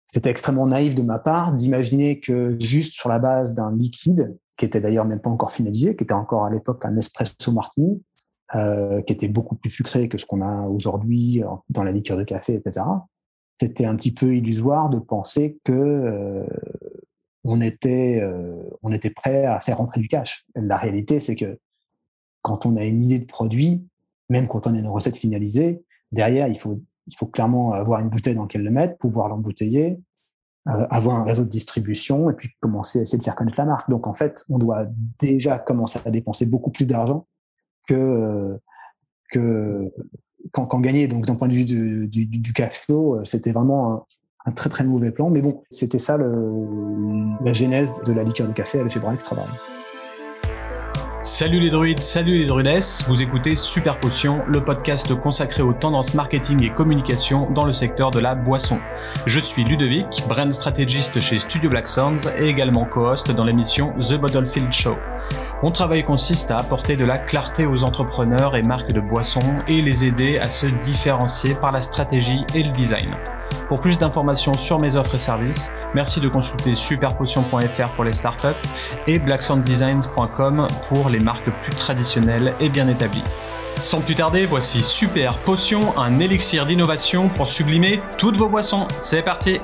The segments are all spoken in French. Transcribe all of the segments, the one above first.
c'était extrêmement naïf de ma part d'imaginer que juste sur la base d'un liquide, qui était d'ailleurs même pas encore finalisé, qui était encore à l'époque un espresso martini, qui était beaucoup plus sucré que ce qu'on a aujourd'hui dans la liqueur de café, etc. C'était un petit peu illusoire de penser que on était prêt à faire rentrer du cash. La réalité, c'est que quand on a une idée de produit, même quand on a une recette finalisée, derrière, il faut clairement avoir une bouteille dans laquelle le mettre, pouvoir l'embouteiller, avoir un réseau de distribution et puis commencer à essayer de faire connaître la marque. Donc, en fait, on doit déjà commencer à dépenser beaucoup plus d'argent que qu'en gagner. Donc, d'un point de vue du cash flow, c'était vraiment un très, très mauvais plan. Mais bon, c'était ça la genèse de la liqueur de café Algebra Extra Dry. Salut les druides, salut les druidesses, vous écoutez Super Potion, le podcast consacré aux tendances marketing et communication dans le secteur de la boisson. Je suis Ludovic, brand strategiste chez Studio Black Sounds et également co-host dans l'émission The Bottlefield Show. Mon travail consiste à apporter de la clarté aux entrepreneurs et marques de boissons et les aider à se différencier par la stratégie et le design. Pour plus d'informations sur mes offres et services, merci de consulter superpotion.fr pour les startups et blacksounddesigns.com pour les marques plus traditionnelles et bien établies. Sans plus tarder, voici Super Potion, un élixir d'innovation pour sublimer toutes vos boissons. C'est parti!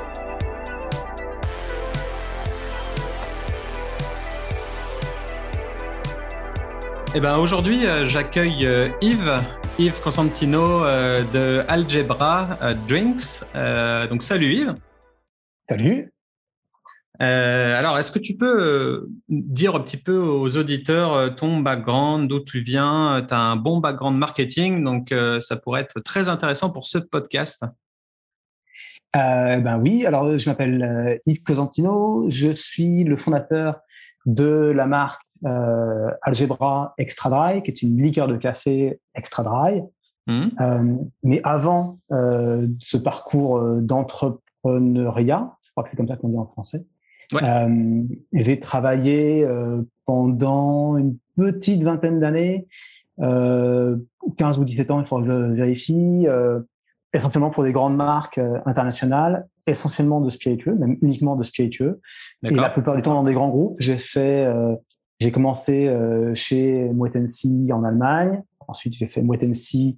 Eh ben aujourd'hui, j'accueille Yves Cosentino de Algebra Drinks. Donc salut Yves. Salut. Alors, est-ce que tu peux dire un petit peu aux auditeurs ton background, d'où tu viens? Tu as un bon background marketing, donc ça pourrait être très intéressant pour ce podcast. Ben oui, alors je m'appelle Yves Cosentino, je suis le fondateur de la marque Algebra Extra Dry, qui est une liqueur de café extra dry. Mais avant ce parcours d'entrepreneuriat, je crois que c'est comme ça qu'on dit en français, ouais. J'ai travaillé pendant une petite vingtaine d'années, 15 ou 17 ans, il faut que je vérifie, essentiellement pour des grandes marques internationales, essentiellement de spiritueux, même uniquement de spiritueux. D'accord. Et la plupart du temps dans des grands groupes. J'ai commencé chez Moët Hennessy en Allemagne. Ensuite, j'ai fait Moët Hennessy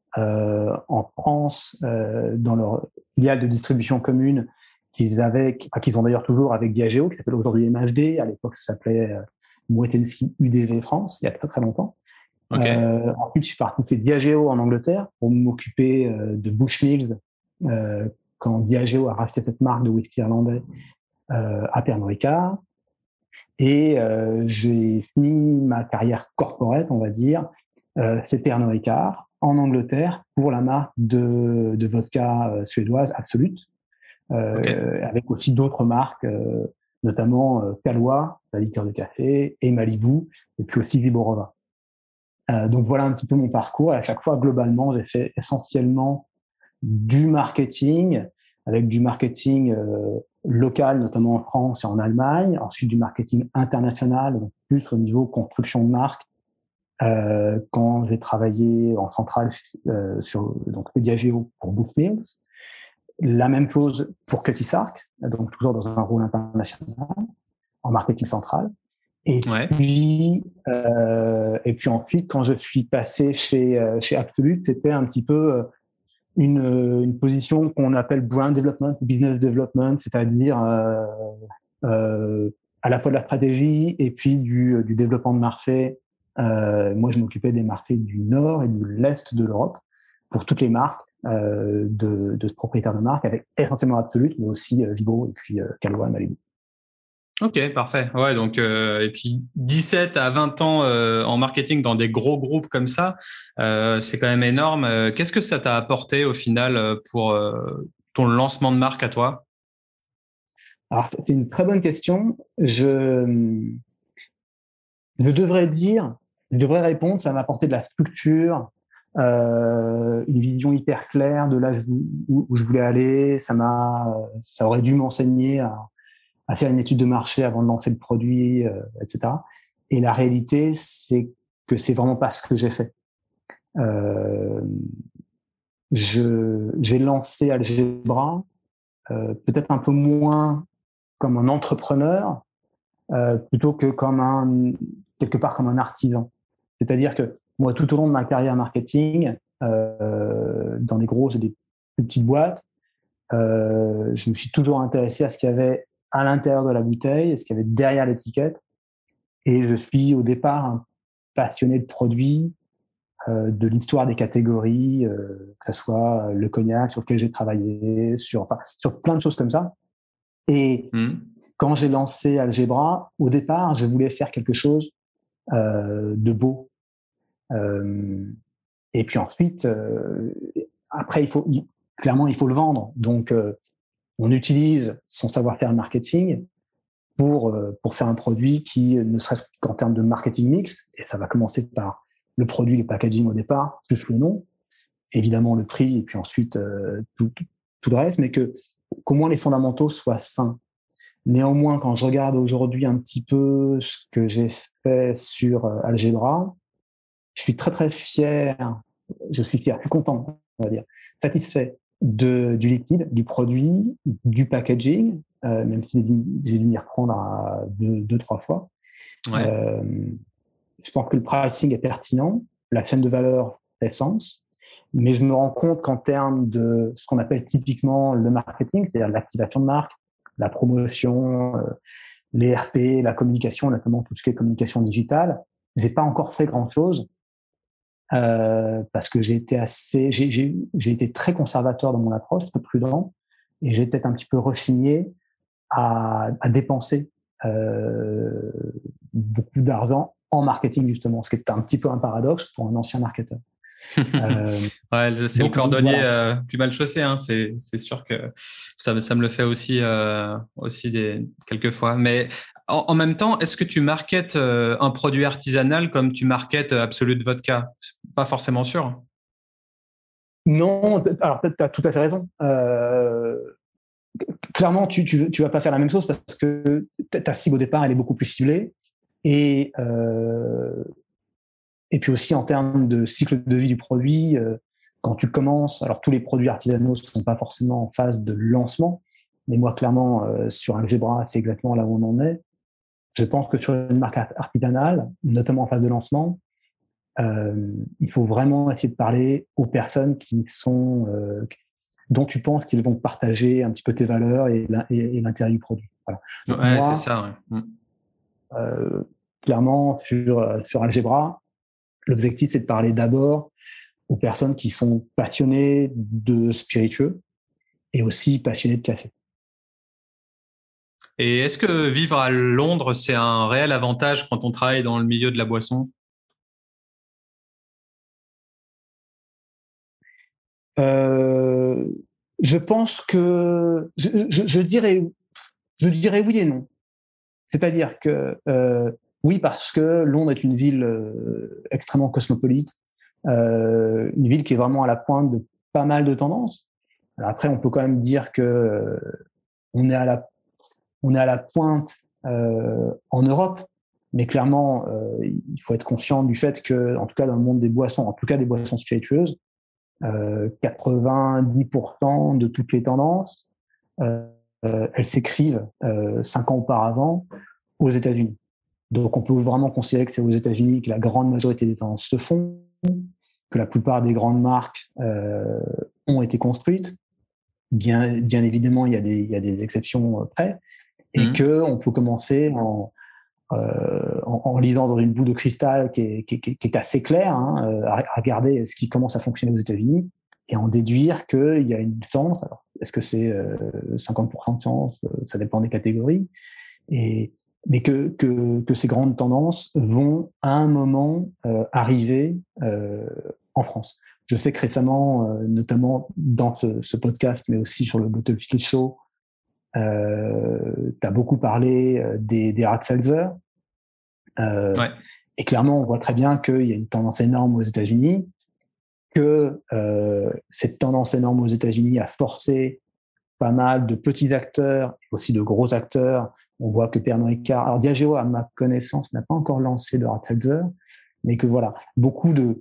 en France, dans leur filiale de distribution commune qu'ils ont d'ailleurs toujours avec Diageo, qui s'appelle aujourd'hui MHD. À l'époque, ça s'appelait Moët Hennessy UDV France, il y a très très longtemps. Okay. Ensuite, je suis parti chez Diageo en Angleterre pour m'occuper de Bushmills quand Diageo a racheté cette marque de whisky irlandais à Pernod Ricard. Et j'ai fini ma carrière corporate, on va dire, chez Pernod Ricard en Angleterre pour la marque de vodka suédoise Absolut, avec aussi d'autres marques, notamment Kahlúa, la liqueur de café, et Malibu, et puis aussi Viborova. Donc voilà un petit peu mon parcours. Et à chaque fois, globalement, j'ai fait essentiellement du marketing, avec du marketing local, notamment en France et en Allemagne, ensuite du marketing international, donc plus au niveau construction de marque, quand j'ai travaillé en centrale sur Diageo pour Bushmills. La même chose pour Cutty Sark, donc toujours dans un rôle international, en marketing central. Et puis ensuite, quand je suis passé chez Absolut, c'était un petit peu une position qu'on appelle brand development, business development, c'est-à-dire à la fois de la stratégie et puis du développement de marché. Moi, je m'occupais des marchés du nord et de l'est de l'Europe pour toutes les marques de ce propriétaire de marque, avec essentiellement Absolut, mais aussi Vibo et puis Kahlúa et Malibu. Ok, parfait. Ouais, donc et puis 17 à 20 ans en marketing dans des gros groupes comme ça, c'est quand même énorme. Qu'est-ce que ça t'a apporté au final pour ton lancement de marque à toi? Alors, c'est une très bonne question. Je devrais répondre, ça m'a apporté de la structure, une vision hyper claire de là où je voulais aller. Ça aurait dû m'enseigner à faire une étude de marché avant de lancer le produit, etc. Et la réalité, c'est que c'est vraiment pas ce que j'ai fait. J'ai lancé Algebra peut-être un peu moins comme un entrepreneur, plutôt que quelque part comme un artisan. C'est-à-dire que moi, tout au long de ma carrière marketing, dans des grosses et des plus petites boîtes, je me suis toujours intéressé à ce qu'il y avait à l'intérieur de la bouteille, à ce qu'il y avait derrière l'étiquette. Et je suis au départ un passionné de produits, de l'histoire des catégories, que ce soit le cognac sur lequel j'ai travaillé, sur plein de choses comme ça. Et quand j'ai lancé Algebra, au départ, je voulais faire quelque chose de beau. Et puis ensuite, après, clairement, il faut le vendre. Donc, on utilise son savoir-faire marketing pour faire un produit qui, ne serait-ce qu'en termes de marketing mix, et ça va commencer par le produit, le packaging au départ, plus le nom, évidemment le prix, et puis ensuite tout le reste, mais qu'au moins les fondamentaux soient sains. Néanmoins, quand je regarde aujourd'hui un petit peu ce que j'ai fait sur Algebra, je suis très très fier, je suis content, on va dire, satisfait du liquide, du produit, du packaging, même si j'ai dû m'y reprendre à 2-3 fois. Ouais. Je pense que le pricing est pertinent, la chaîne de valeur fait sens, mais je me rends compte qu'en termes de ce qu'on appelle typiquement le marketing, c'est-à-dire l'activation de marque, la promotion, les RP, la communication, notamment tout ce qui est communication digitale, j'ai pas encore fait grand-chose parce que j'ai été très conservateur dans mon approche, très prudent, et j'ai peut-être un petit peu rechigné à dépenser beaucoup d'argent en marketing, justement, ce qui est un petit peu un paradoxe pour un ancien marketeur. Ouais, c'est le cordonnier plus mal chaussé. Hein. C'est sûr que ça me le fait aussi quelques fois. Mais en même temps, est-ce que tu marketes un produit artisanal comme tu marketes Absolut Vodka? Pas forcément sûr. Non, alors peut-être tu as tout à fait raison. Clairement, tu vas pas faire la même chose parce que ta cible au départ, elle est beaucoup plus ciblée. Et puis aussi en termes de cycle de vie du produit, quand tu commences, alors tous les produits artisanaux ne sont pas forcément en phase de lancement, mais moi clairement sur Algebra, c'est exactement là où on en est. Je pense que sur une marque artisanale, notamment en phase de lancement, il faut vraiment essayer de parler aux personnes dont tu penses qu'ils vont partager un petit peu tes valeurs et l'intérêt du produit. Voilà. Donc ouais, moi, c'est ça. Ouais. Clairement, sur Algebra, l'objectif, c'est de parler d'abord aux personnes qui sont passionnées de spiritueux et aussi passionnées de café. Et est-ce que vivre à Londres, c'est un réel avantage quand on travaille dans le milieu de la boisson? Je pense que je dirais oui et non. C'est-à-dire que oui, parce que Londres est une ville extrêmement cosmopolite, une ville qui est vraiment à la pointe de pas mal de tendances. Alors après, on peut quand même dire que on est à la pointe en Europe, mais clairement, il faut être conscient du fait que, en tout cas dans le monde des boissons, en tout cas des boissons spiritueuses, 90% de toutes les tendances, elles s'écrivent 5 ans auparavant aux États-Unis. Donc, on peut vraiment considérer que c'est aux États-Unis que la grande majorité des tendances se font, que la plupart des grandes marques ont été construites. Bien évidemment, il y a des exceptions près, et qu'on peut commencer en lisant dans une boule de cristal qui est assez claire, hein, à regarder ce qui commence à fonctionner aux États-Unis et en déduire qu'il y a une chance. Alors, est-ce que c'est 50% de chance? Ça dépend des catégories. Mais que ces grandes tendances vont à un moment arriver en France. Je sais que récemment, notamment dans ce podcast, mais aussi sur le Bottlefield Show, tu as beaucoup parlé des hard seltzer. Ouais. Et clairement, on voit très bien qu'il y a une tendance énorme aux États-Unis, que cette tendance énorme aux États-Unis a forcé pas mal de petits acteurs et aussi de gros acteurs. On voit que Pernod Ricard, alors Diageo, à ma connaissance, n'a pas encore lancé de hard seltzer, mais que voilà, beaucoup de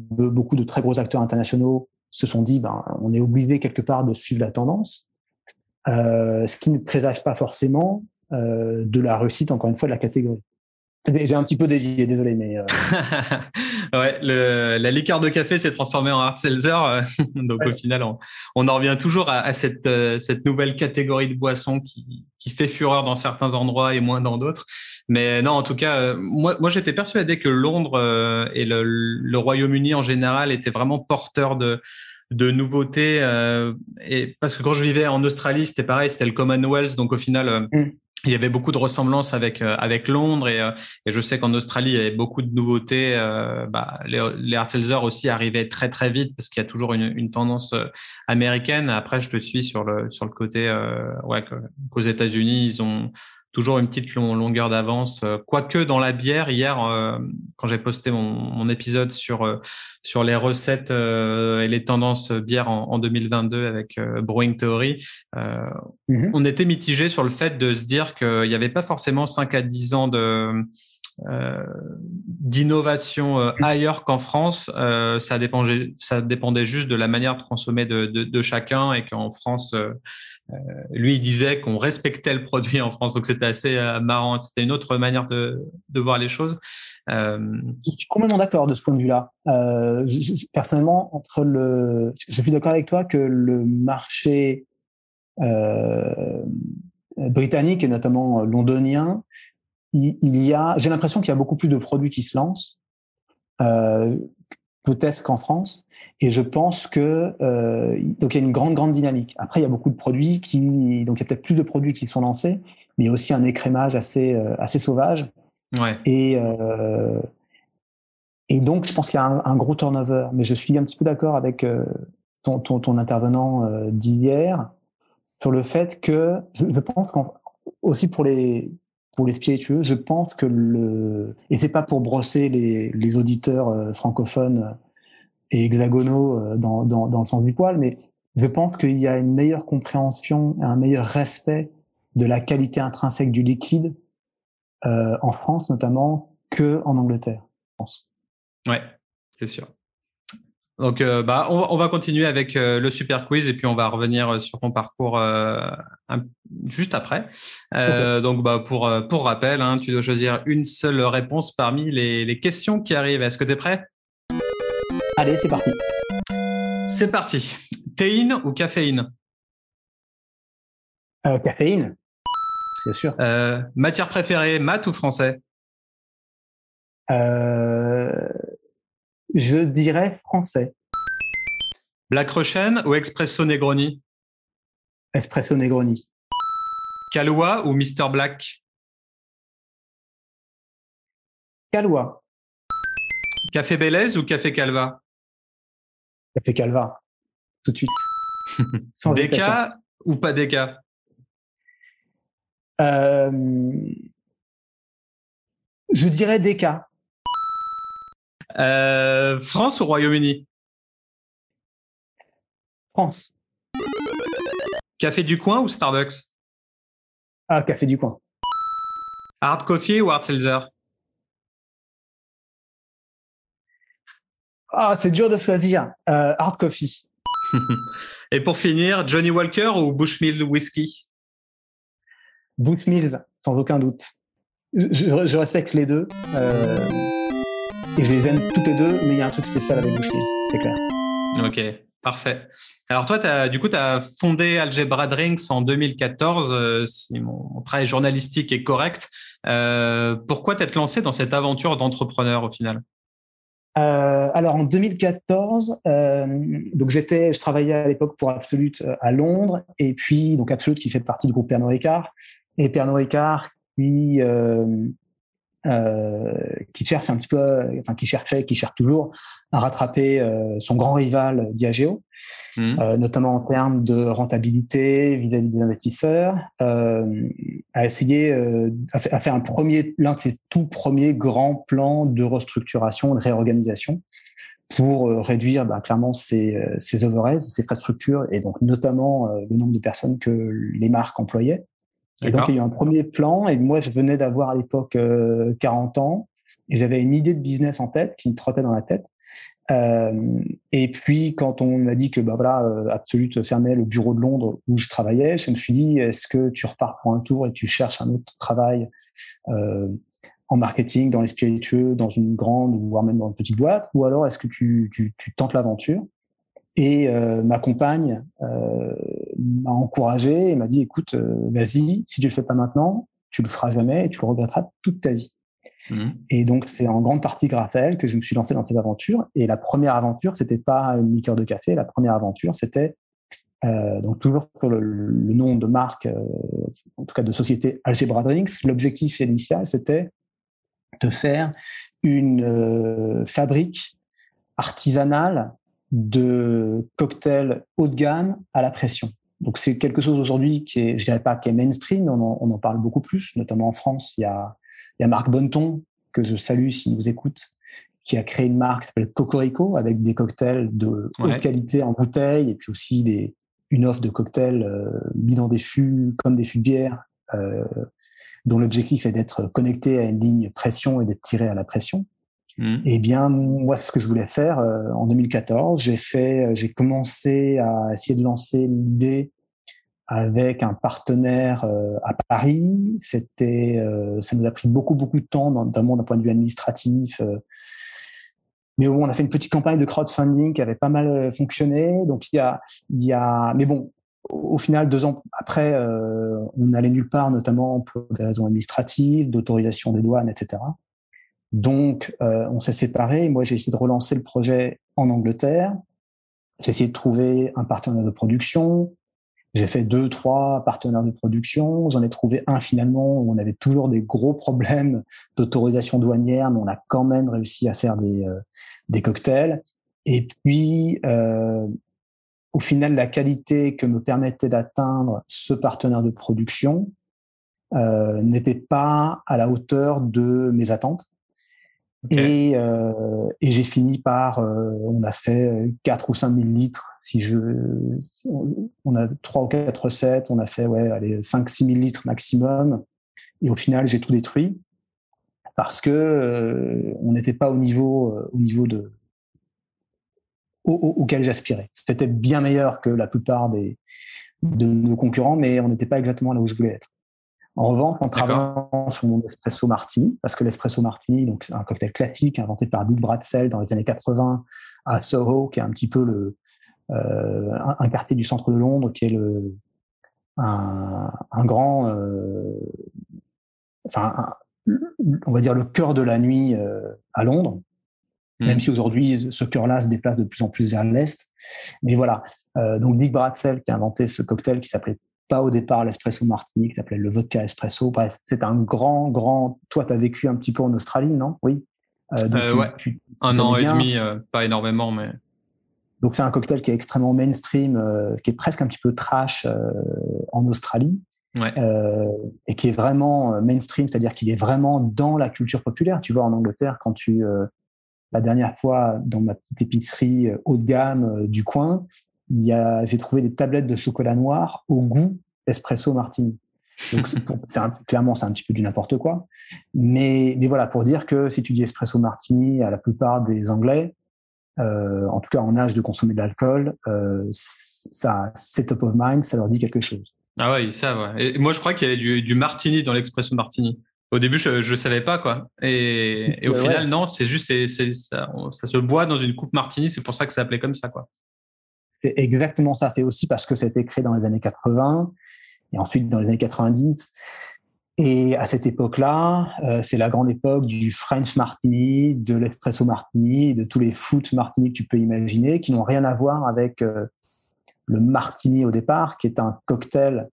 très gros acteurs internationaux se sont dit, on est obligé quelque part de suivre la tendance. ce qui ne présage pas forcément de la réussite, encore une fois, de la catégorie. J'ai un petit peu dévié, désolé, mais... Ouais, la liqueur de café s'est transformée en hard seltzer, donc Ouais. au final, on en revient toujours à cette nouvelle catégorie de boissons qui fait fureur dans certains endroits et moins dans d'autres. Mais non, en tout cas, moi j'étais persuadé que Londres et le Royaume-Uni en général étaient vraiment porteurs de nouveautés. Et parce que quand je vivais en Australie, c'était pareil, c'était le Commonwealth, donc au final. Il y avait beaucoup de ressemblances avec Londres et je sais qu'en Australie il y avait beaucoup de nouveautés. Les hard seltzer aussi arrivaient très très vite parce qu'il y a toujours une tendance américaine. Après, je te suis sur le côté qu'aux États-Unis ils ont toujours une petite longueur d'avance. Quoique dans la bière, hier quand j'ai posté mon épisode sur les recettes et les tendances bière en 2022 avec Brewing Theory. On était mitigé sur le fait de se dire qu'il n'y avait pas forcément 5 à 10 ans d'innovation ailleurs qu'en France. Ça dépendait juste de la manière de consommer de chacun et qu'en France, lui, il disait qu'on respectait le produit en France. Donc, c'était assez marrant. C'était une autre manière de voir les choses. Je suis complètement d'accord de ce point de vue-là. Personnellement, je suis d'accord avec toi que le marché britannique et notamment londonien, j'ai l'impression qu'il y a beaucoup plus de produits qui se lancent, peut-être qu'en France, et je pense que donc il y a une grande dynamique. Après, il y a beaucoup de produits donc il y a peut-être plus de produits qui sont lancés, mais il y a aussi un écrémage assez sauvage. Ouais. Et donc, je pense qu'il y a un gros turnover. Mais je suis un petit peu d'accord avec ton intervenant d'hier sur le fait que je pense aussi pour les spiritueux, je pense que et c'est pas pour brosser les auditeurs francophones et hexagonaux dans le sens du poil, mais je pense qu'il y a une meilleure compréhension et un meilleur respect de la qualité intrinsèque du liquide en France notamment que en Angleterre, je pense. Ouais, c'est sûr. Donc, on va continuer avec le super quiz et puis on va revenir sur ton parcours juste après. Okay. Donc, pour rappel, hein, tu dois choisir une seule réponse parmi les questions qui arrivent. Est-ce que tu es prêt? Allez, c'est parti. C'est parti. Théine ou caféine? Caféine, bien sûr. Matière préférée, maths ou français? Je dirais français. Black Russian ou Espresso Negroni? Espresso Negroni. Kahlua ou Mr Black? Kahlua. Café Bélez ou Café Calva? Café Calva, tout de suite. Sans hésitation. Deca ou pas Deca? Je dirais Deca. France ou Royaume-Uni? France. Café du coin ou Starbucks? Ah, café du coin. Hard coffee ou hard seltzer? Ah, c'est dur de choisir. Hard coffee. Et pour finir, Johnny Walker ou Bushmill Whisky? Bushmills, sans aucun doute. Je respecte les deux. Et je les aime toutes les deux, mais il y a un truc spécial avec Bushmills, c'est clair. Ok, parfait. Alors toi, tu as fondé Algebra Drinks en 2014, si mon travail journalistique est correct. Pourquoi t'être lancé dans cette aventure d'entrepreneur au final? Alors en 2014, donc je travaillais à l'époque pour Absolute à Londres, et puis donc Absolute qui fait partie du groupe Pernod Ricard, et Pernod Ricard qui cherche un petit peu, enfin qui cherche toujours à rattraper son grand rival Diageo, notamment en termes de rentabilité vis-à-vis des investisseurs, a essayé à faire l'un de ses tout premiers grands plans de restructuration, de réorganisation pour réduire clairement ses overheads, ses frais de structure et donc notamment le nombre de personnes que les marques employaient. Et donc, il y a eu un premier plan. Et moi, je venais d'avoir à l'époque 40 ans. Et j'avais une idée de business en tête qui me trottait dans la tête. Et puis, quand on m'a dit que Absolute fermait le bureau de Londres où je travaillais, je me suis dit, est-ce que tu repars pour un tour et tu cherches un autre travail en marketing, dans les spiritueux, dans une grande ou voire même dans une petite boîte, ou alors est-ce que tu tentes l'aventure? Et ma compagne m'a encouragé et m'a dit, écoute, vas-y, si tu le fais pas maintenant, tu le feras jamais et tu le regretteras toute ta vie. Et donc, c'est en grande partie grâce à elle que je me suis lancé dans cette aventure. Et la première aventure, c'était pas une liqueur de café. La première aventure, c'était donc toujours sur le nom de marque, en tout cas de société Algebra Drinks. L'objectif initial, c'était de faire une fabrique artisanale de cocktails haut de gamme à la pression. Donc, c'est quelque chose aujourd'hui qui est, je dirais pas qui est mainstream, on en parle beaucoup plus, notamment en France. Il y a Marc Bonneton, que je salue s'il nous écoute, qui a créé une marque qui s'appelle Cocorico, avec des cocktails de haute qualité en bouteille, et puis aussi une offre de cocktails mis dans des fûts, comme des fûts de bière, dont l'objectif est d'être connecté à une ligne pression et d'être tiré à la pression. Eh bien, moi, c'est ce que je voulais faire en 2014. J'ai commencé à essayer de lancer l'idée avec un partenaire à Paris. Ça nous a pris beaucoup de temps, notamment d'un point de vue administratif. Mais on a fait une petite campagne de crowdfunding qui avait pas mal fonctionné. Donc mais bon, au final, 2 ans après, on n'allait nulle part, notamment pour des raisons administratives, d'autorisation des douanes, etc. Donc, on s'est séparés. Moi, j'ai essayé de relancer le projet en Angleterre. J'ai essayé de trouver un partenaire de production. J'ai fait 2, 3 partenaires de production. J'en ai trouvé un finalement où on avait toujours des gros problèmes d'autorisation douanière, mais on a quand même réussi à faire des cocktails. Et puis, au final, la qualité que me permettait d'atteindre ce partenaire de production n'était pas à la hauteur de mes attentes. Okay. Et j'ai fini par, on a fait 4 ou 5 000 litres. On a 3 ou 4 recettes, on a fait 5-6 000 litres maximum. Et au final, j'ai tout détruit parce que on n'était pas au niveau auquel j'aspirais. C'était bien meilleur que la plupart de nos concurrents, mais on n'était pas exactement là où je voulais être. En revanche, en travaillant sur mon espresso martini, parce que l'espresso martini, donc c'est un cocktail classique inventé par Bill Bratzel dans les années 80 à Soho, qui est un petit peu un quartier du centre de Londres, qui est un grand, on va dire le cœur de la nuit à Londres. Même si aujourd'hui ce cœur-là se déplace de plus en plus vers l'est. Mais voilà, donc Bill Bratzel qui a inventé ce cocktail qui s'appelait pas au départ l'espresso martini, qui s'appelait le vodka espresso. Bref, c'est un grand... Toi, tu as vécu un petit peu en Australie, non? Oui. Donc un an et demi, pas énormément, mais... Donc, c'est un cocktail qui est extrêmement mainstream, qui est presque un petit peu trash en Australie. Et qui est vraiment mainstream, c'est-à-dire qu'il est vraiment dans la culture populaire. Tu vois, en Angleterre, quand la dernière fois, dans ma petite épicerie haut de gamme du coin, j'ai trouvé des tablettes de chocolat noir au goût espresso martini. Donc, clairement, c'est un petit peu du n'importe quoi. Mais voilà, pour dire que si tu dis espresso martini à la plupart des Anglais, en tout cas en âge de consommer de l'alcool, c'est top of mind, ça leur dit quelque chose. Ah ouais, ils savent. Ouais. Et moi, je crois qu'il y avait du martini dans l'espresso martini. Au début, je savais pas, quoi. Et au final, non, c'est juste, ça se boit dans une coupe martini, c'est pour ça que ça s'appelait comme ça, quoi. C'est exactement ça. C'est aussi parce que ça a été créé dans les années 80 et ensuite dans les années 90. Et à cette époque-là, c'est la grande époque du French martini, de l'espresso martini, de tous les foot martini que tu peux imaginer, qui n'ont rien à voir avec le martini au départ, qui est un cocktail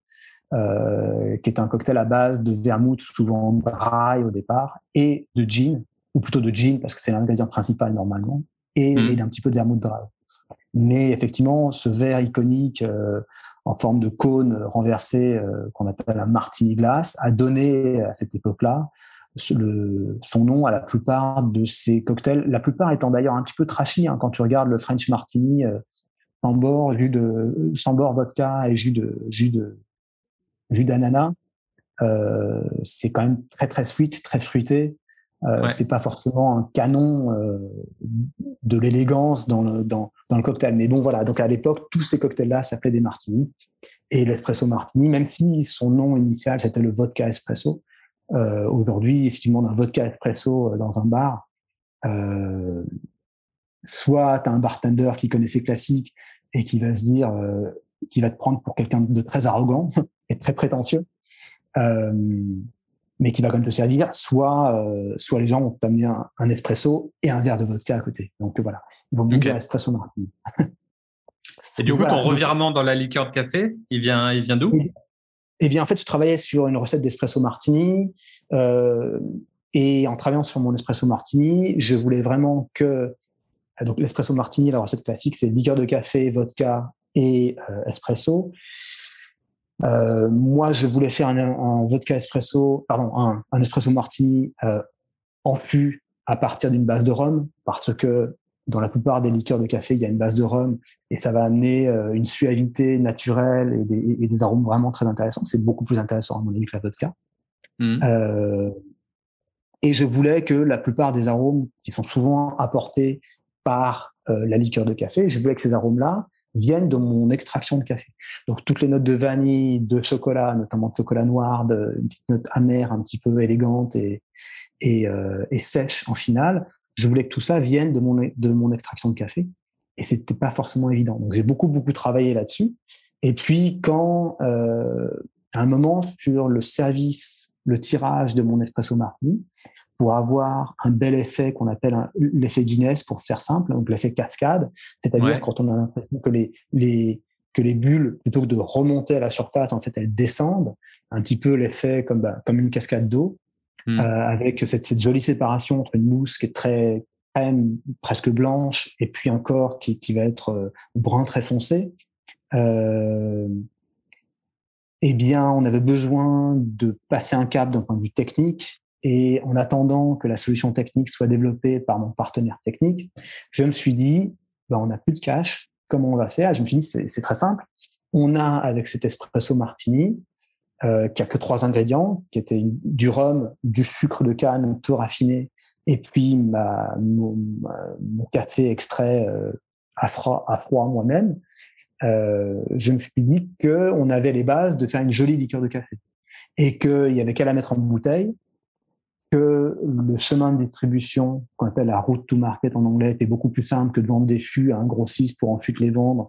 à base de vermouth, souvent dry au départ, et de gin, ou plutôt de gin parce que c'est l'ingrédient principal normalement, et d'un petit peu de vermouth dry. Mais effectivement, ce verre iconique en forme de cône renversé, qu'on appelle un martini glace, a donné à cette époque-là son nom à la plupart de ces cocktails. La plupart étant d'ailleurs un petit peu trashy, hein, quand tu regardes le French martini, chambord, vodka et jus d'ananas. C'est quand même très très sweet, très fruité. C'est pas forcément un canon de l'élégance dans le cocktail. Mais bon, voilà. Donc à l'époque, tous ces cocktails-là s'appelaient des martinis. Et l'espresso martini, même si son nom initial c'était le vodka espresso, aujourd'hui, si tu demandes un vodka espresso dans un bar, soit tu as un bartender qui connaît ses classiques et qui va se dire, qui va te prendre pour quelqu'un de très arrogant et très prétentieux, mais qui va quand même te servir, soit les gens vont t'amener un espresso et un verre de vodka à côté. Donc voilà, ils vont me dire espresso martini. Et du coup, voilà, ton revirement dans la liqueur de café, il vient d'où? Eh bien, en fait, je travaillais sur une recette d'espresso martini, et en travaillant sur mon espresso martini, je voulais vraiment que donc l'espresso martini, la recette classique, c'est liqueur de café, vodka et espresso. Moi, je voulais faire un vodka espresso, pardon, un espresso martini en fût à partir d'une base de rhum, parce que dans la plupart des liqueurs de café, il y a une base de rhum et ça va amener une suavité naturelle et des arômes vraiment très intéressants. C'est beaucoup plus intéressant à mon avis que la vodka. Et je voulais que la plupart des arômes qui sont souvent apportés par la liqueur de café, je voulais que ces arômes-là viennent de mon extraction de café. Donc toutes les notes de vanille, de chocolat, notamment de chocolat noir, une petite note amère un petit peu élégante et sèche en finale, je voulais que tout ça vienne de mon extraction de café. Et c'était pas forcément évident. Donc j'ai beaucoup travaillé là-dessus. Et puis quand à un moment sur le service, le tirage de mon espresso martini, pour avoir un bel effet qu'on appelle l'effet Guinness, pour faire simple, donc l'effet cascade, c'est-à-dire quand on a l'impression que les bulles, plutôt que de remonter à la surface, en fait, elles descendent, un petit peu l'effet comme une cascade d'eau, avec cette jolie séparation entre une mousse qui est très crème, presque blanche, et puis un corps qui va être brun très foncé. Eh bien, on avait besoin de passer un cap d'un point de vue technique. Et en attendant que la solution technique soit développée par mon partenaire technique, je me suis dit, on n'a plus de cash, comment on va faire? Je me suis dit, c'est très simple. On a, avec cet espresso martini, qui a que 3 ingrédients, qui étaient du rhum, du sucre de canne peu raffiné, et puis mon café extrait à froid moi-même. Je me suis dit qu'on avait les bases de faire une jolie liqueur de café et qu'il n'y avait qu'à la mettre en bouteille, que le chemin de distribution, qu'on appelle la route to market en anglais, était beaucoup plus simple que de vendre des fûts à un grossiste pour ensuite les vendre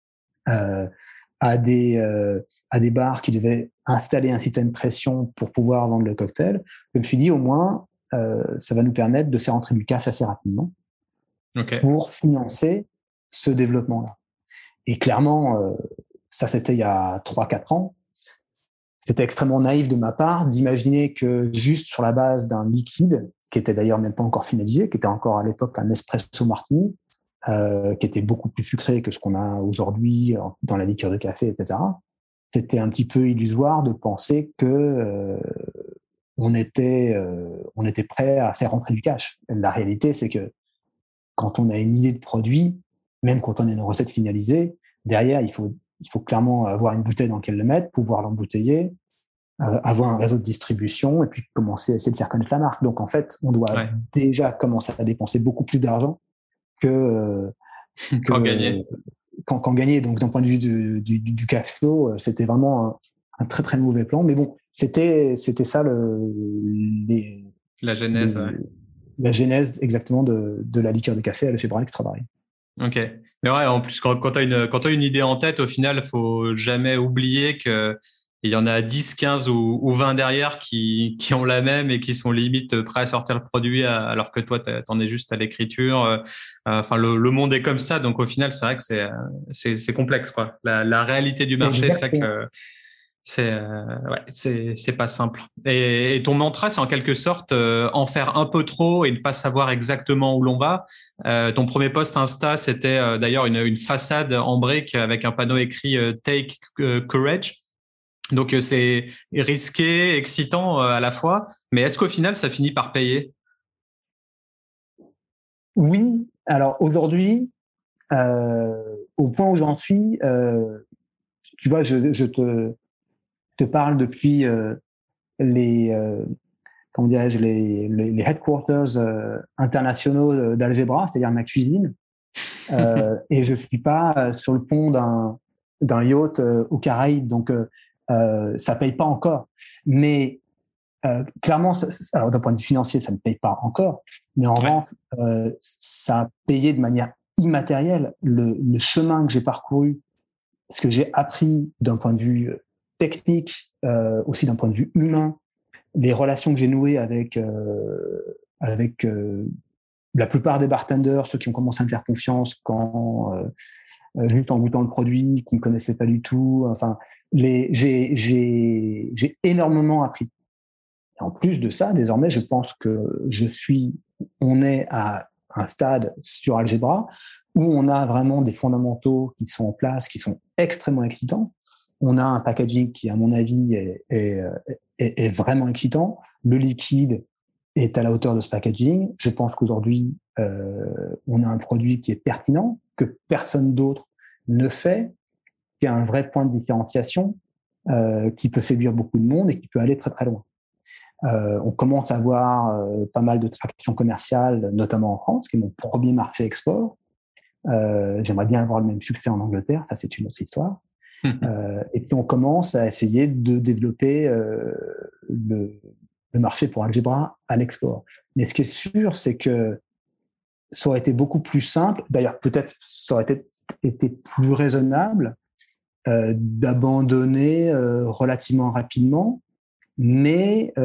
à des bars qui devaient installer un système de pression pour pouvoir vendre le cocktail. Je me suis dit, au moins, ça va nous permettre de faire entrer du cash assez rapidement pour financer ce développement-là. Et clairement, ça, c'était il y a 3-4 ans. C'était extrêmement naïf de ma part d'imaginer que juste sur la base d'un liquide, qui était d'ailleurs même pas encore finalisé, qui était encore à l'époque un espresso martini, qui était beaucoup plus sucré que ce qu'on a aujourd'hui dans la liqueur de café, etc. C'était un petit peu illusoire de penser que on était prêt à faire rentrer du cash. La réalité, c'est que quand on a une idée de produit, même quand on a une recette finalisée, derrière, il faut clairement avoir une bouteille dans laquelle le mettre, pouvoir l'embouteiller, avoir un réseau de distribution et puis commencer à essayer de faire connaître la marque. Donc, en fait, on doit déjà commencer à dépenser beaucoup plus d'argent qu'en gagner. Qu'en gagner. Donc, d'un point de vue du cash flow, c'était vraiment un très, très mauvais plan. Mais bon, c'était ça la genèse. La genèse exactement de la liqueur de café chez Brun Extra Dry. Ok. Mais ouais, en plus, quand tu as une idée en tête, au final, il faut jamais oublier que il y en a 10, 15 ou 20 derrière qui ont la même et qui sont limite prêts à sortir le produit alors que toi, t'en es juste à l'écriture. Enfin, le monde est comme ça. Donc, au final, c'est vrai que c'est complexe, quoi. La réalité du marché fait que c'est pas simple. Et ton mantra, c'est en quelque sorte en faire un peu trop et ne pas savoir exactement où l'on va. Ton premier post Insta, c'était d'ailleurs une façade en briques avec un panneau écrit Take Courage. Donc c'est risqué, excitant à la fois. Mais est-ce qu'au final, ça finit par payer? Oui. Alors aujourd'hui, au point où j'en suis, tu vois, je te parle depuis les comment dirais-je, les headquarters internationaux d'Algebra, c'est-à-dire ma cuisine. Et je suis pas sur le pont d'un yacht aux Caraïbes, donc ça paye pas encore. Mais clairement, alors d'un point de vue financier, ça ne paye pas encore. Mais en revanche, ça a payé de manière immatérielle le chemin que j'ai parcouru, ce que j'ai appris d'un point de vue technique, aussi d'un point de vue humain, les relations que j'ai nouées avec la plupart des bartenders, ceux qui ont commencé à me faire confiance quand juste en goûtant le produit, qui me connaissaient pas du tout. Enfin, j'ai énormément appris. Et en plus de ça, désormais, je pense que on est à un stade sur Algebra où on a vraiment des fondamentaux qui sont en place, qui sont extrêmement excitants. On a un packaging qui, à mon avis, est vraiment excitant. Le liquide est à la hauteur de ce packaging. Je pense qu'aujourd'hui, on a un produit qui est pertinent, que personne d'autre ne fait, qui a un vrai point de différenciation, qui peut séduire beaucoup de monde et qui peut aller très très loin. On commence à avoir pas mal de traction commerciale, notamment en France, qui est mon premier marché export. J'aimerais bien avoir le même succès en Angleterre, ça c'est une autre histoire. Et puis on commence à essayer de développer le marché pour Algebra à l'export. Mais ce qui est sûr, c'est que ça aurait été beaucoup plus simple, d'ailleurs peut-être ça aurait été plus raisonnable d'abandonner relativement rapidement, mais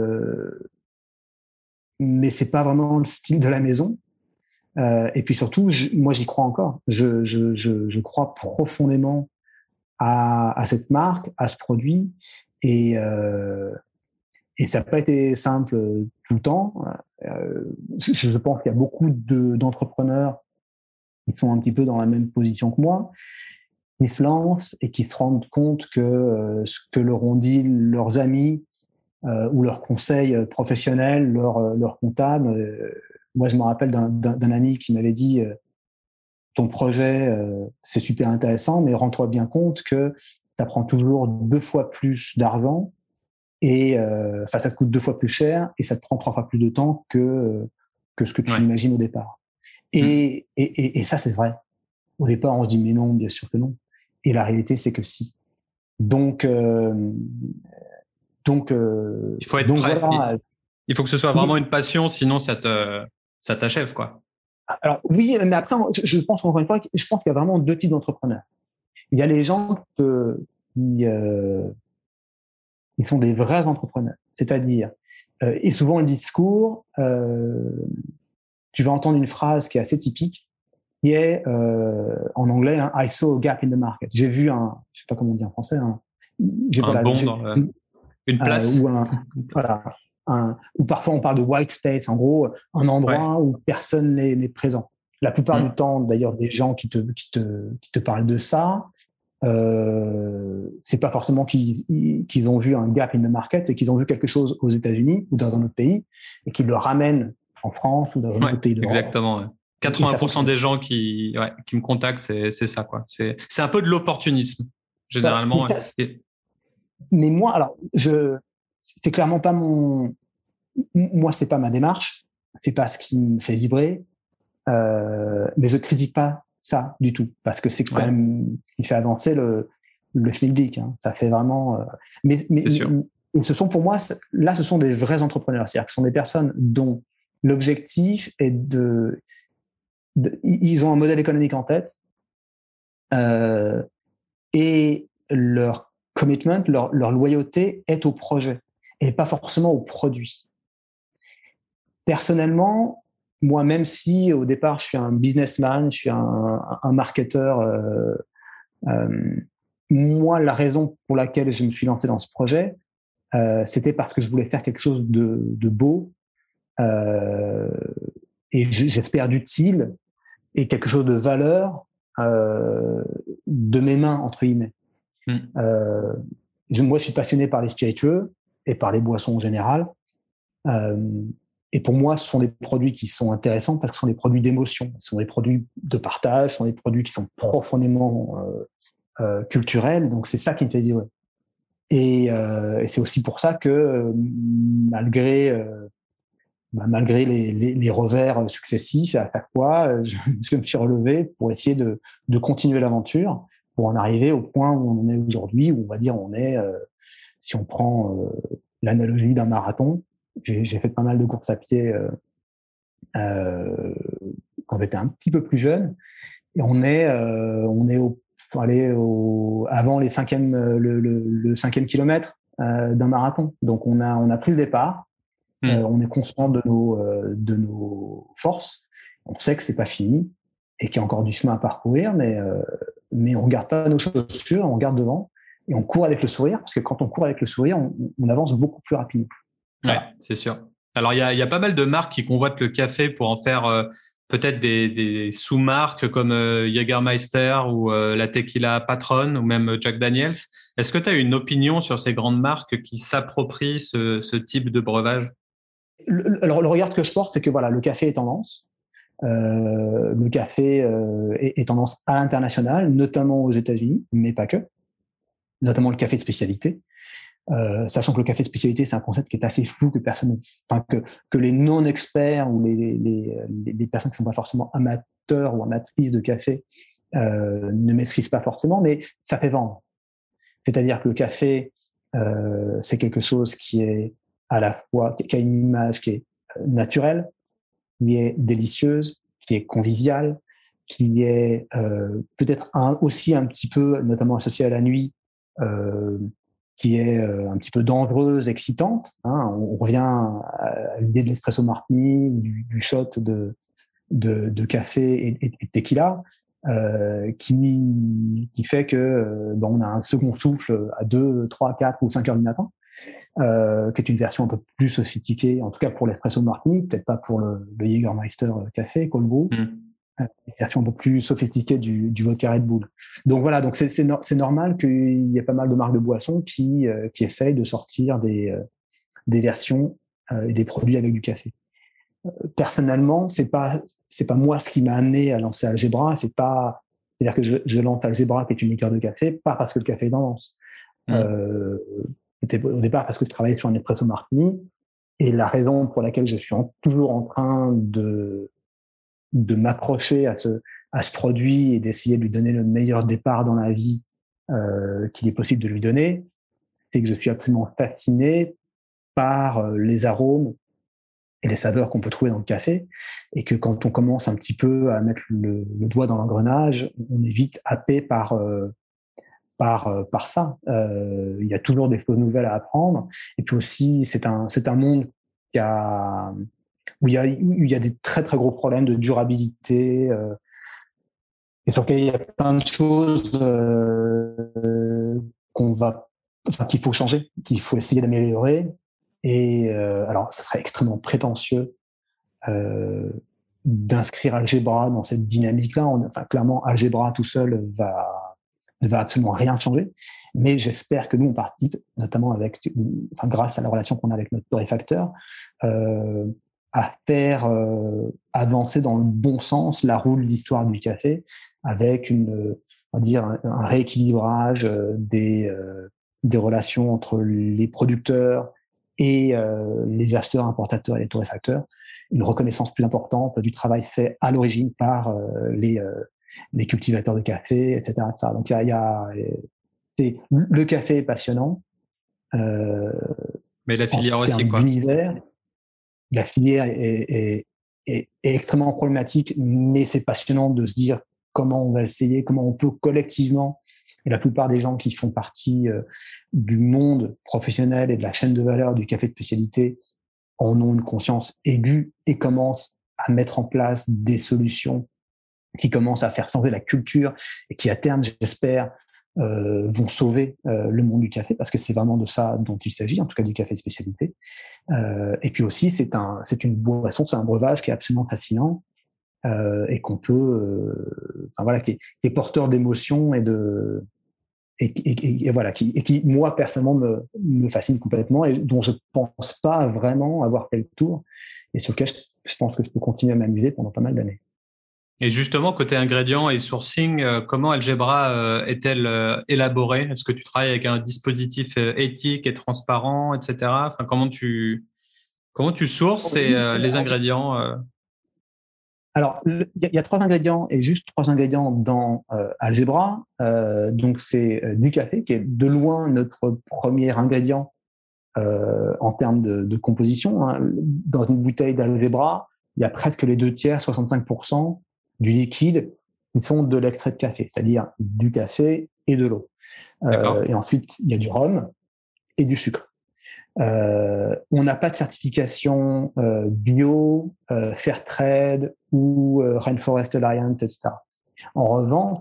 c'est pas vraiment le style de la maison. Et puis surtout, moi j'y crois encore. Je crois profondément à cette marque, à ce produit, et ça n'a pas été simple tout le temps. Je pense qu'il y a beaucoup d'entrepreneurs qui sont un petit peu dans la même position que moi, qui se lancent et qui se rendent compte que ce que leur ont dit leurs amis ou leurs conseils professionnels, leurs comptables. Moi, je me rappelle d'un ami qui m'avait dit ton projet, c'est super intéressant, mais rends-toi bien compte que ça prend toujours 2 fois plus d'argent et ça te coûte 2 fois plus cher et ça te prend 3 fois plus de temps que ce que tu imagines au départ. Et ça, c'est vrai. Au départ, on se dit mais non, bien sûr que non. Et la réalité, c'est que si. Donc, il faut être prêt. Voilà. Il faut que ce soit vraiment une passion, sinon ça t'achève, quoi. Alors oui, mais après, je pense encore une fois, je pense qu'il y a vraiment 2 types d'entrepreneurs. Il y a les gens qui sont des vrais entrepreneurs, c'est-à-dire, et souvent le discours, tu vas entendre une phrase qui est assez typique, qui est en anglais, hein, I saw a gap in the market. J'ai vu je sais pas comment on dit en français, une place, ou parfois on parle de white space, en gros un endroit où personne n'est présent. La plupart du temps, d'ailleurs, des gens qui te parlent de ça, c'est pas forcément qu'ils ont vu un gap in the market, c'est qu'ils ont vu quelque chose aux États-Unis ou dans un autre pays et qu'ils le ramènent en France ou dans un autre pays d'Europe. Exactement. Ouais. 80% des gens qui me contactent, c'est ça, quoi. C'est un peu de l'opportunisme, généralement. Mais moi, alors, c'est clairement pas moi, c'est pas ma démarche, c'est pas ce qui me fait vibrer, mais je critique pas ça du tout, parce que c'est quand même ce qui fait avancer le schmilblick, hein. Ça fait vraiment, mais ce sont pour moi, là, ce sont des vrais entrepreneurs, c'est-à-dire que ce sont des personnes dont l'objectif est ils ont un modèle économique en tête, et leur commitment, leur loyauté est au projet et pas forcément au produit. Personnellement, moi, même si au départ je suis un businessman, je suis un marketeur, moi, la raison pour laquelle je me suis lancé dans ce projet, c'était parce que je voulais faire quelque chose de beau et j'espère d'utile et quelque chose de valeur de mes mains, entre guillemets. Moi, je suis passionné par les spiritueux et par les boissons en général. Et pour moi, ce sont des produits qui sont intéressants parce que ce sont des produits d'émotion, ce sont des produits de partage, ce sont des produits qui sont profondément culturels. Donc, c'est ça qui me fait vibrer. Et c'est aussi pour ça que malgré les revers successifs, à chaque fois, je me suis relevé pour essayer de continuer l'aventure, pour en arriver au point où on en est aujourd'hui, où on va dire on est, si on prend l'analogie d'un marathon, j'ai fait pas mal de courses à pied quand j'étais un petit peu plus jeune, et on est avant le 5e kilomètre d'un marathon. Donc on a pris le départ. On est conscient de nos forces. On sait que c'est pas fini et qu'il y a encore du chemin à parcourir, mais on regarde pas nos chaussures, on regarde devant et on court avec le sourire, parce que quand on court avec le sourire, on avance beaucoup plus rapidement. Ouais, c'est sûr. Alors, il y a pas mal de marques qui convoitent le café pour en faire peut-être des sous-marques comme Jägermeister ou la Tequila Patron ou même Jack Daniels. Est-ce que tu as une opinion sur ces grandes marques qui s'approprient ce type de breuvage? Alors, le regard que je porte, c'est que voilà, le café est tendance. Le café est tendance à l'international, notamment aux États-Unis, mais pas que, notamment le café de spécialité. Sachant que le café de spécialité, c'est un concept qui est assez flou, que les non-experts ou les personnes qui ne sont pas forcément amateurs ou amatrices de café ne maîtrisent pas forcément, mais ça fait vendre. C'est-à-dire que le café, c'est quelque chose qui est à la fois, qui a une image qui est naturelle, qui est délicieuse, qui est conviviale, qui est peut-être aussi un petit peu, notamment associée à la nuit, qui est un petit peu dangereuse, excitante. Hein. On revient à l'idée de l'espresso martini, du shot de café et de tequila, qui fait que on a un second souffle à 2, 3, 4 ou 5 heures du matin, qui est une version un peu plus sophistiquée, en tout cas pour l'espresso martini, peut-être pas pour le Jägermeister café, cold brew, une version un peu plus sophistiquée du vodka Red Bull. Donc voilà, donc c'est normal qu'il y ait pas mal de marques de boissons qui essayent de sortir des versions et des produits avec du café. Personnellement, c'est pas moi ce qui m'a amené à lancer Algebra. C'est-à-dire que je lance Algebra, qui est une liqueur de café, pas parce que le café est tendance. C'était au départ parce que je travaillais sur un espresso martini, et la raison pour laquelle je suis toujours en train de m'accrocher à ce produit et d'essayer de lui donner le meilleur départ dans la vie qu'il est possible de lui donner, c'est que je suis absolument fasciné par les arômes et les saveurs qu'on peut trouver dans le café, et que quand on commence un petit peu à mettre le doigt dans l'engrenage, on est vite happé par ça. Il y a toujours des choses nouvelles à apprendre, et puis aussi c'est un monde où il y a des très très gros problèmes de durabilité, et sur lesquels il y a plein de choses qu'il faut changer, qu'il faut essayer d'améliorer. Et alors, ça serait extrêmement prétentieux d'inscrire Algebra dans cette dynamique-là. Clairement, Algebra tout seul ne va absolument rien changer. Mais j'espère que nous, on participe, notamment grâce à la relation qu'on a avec notre torréfacteur, à faire avancer dans le bon sens la roue de l'histoire du café, avec on va dire un rééquilibrage des relations entre les producteurs et les acheteurs, importateurs et les torréfacteurs, une reconnaissance plus importante du travail fait à l'origine par les cultivateurs de café, etc. etc. Donc le café est passionnant. Mais la filière en aussi, termes quoi. d'univers, la filière est extrêmement problématique, mais c'est passionnant de se dire comment on va essayer, comment on peut collectivement, et la plupart des gens qui font partie du monde professionnel et de la chaîne de valeur du café de spécialité en ont une conscience aiguë et commencent à mettre en place des solutions qui commencent à faire changer la culture et qui, à terme, j'espère, vont sauver le monde du café, parce que c'est vraiment de ça dont il s'agit, en tout cas du café de spécialité. Et puis aussi, c'est une boisson, c'est un breuvage qui est absolument fascinant, et qu'on peut, qui est porteur d'émotions et voilà, qui moi personnellement me fascine complètement, et dont je pense pas vraiment avoir fait le tour, et sur lequel je pense que je peux continuer à m'amuser pendant pas mal d'années. Et justement, côté ingrédients et sourcing, comment Algebra est-elle élaborée? Est-ce que tu travailles avec un dispositif éthique et transparent, etc. Enfin, comment tu sources Oui, les ingrédients alors, il y a 3 ingrédients et juste 3 ingrédients dans Algebra. Donc, c'est du café, qui est de loin notre premier ingrédient en termes de composition. Hein. Dans une bouteille d'Algebra, il y a presque les 2/3, 65% du liquide qui sont de l'extrait de café, c'est-à-dire du café et de l'eau. D'accord. Et ensuite, il y a du rhum et du sucre. On n'a pas de certification bio, Fairtrade ou Rainforest Alliance, etc. En revanche,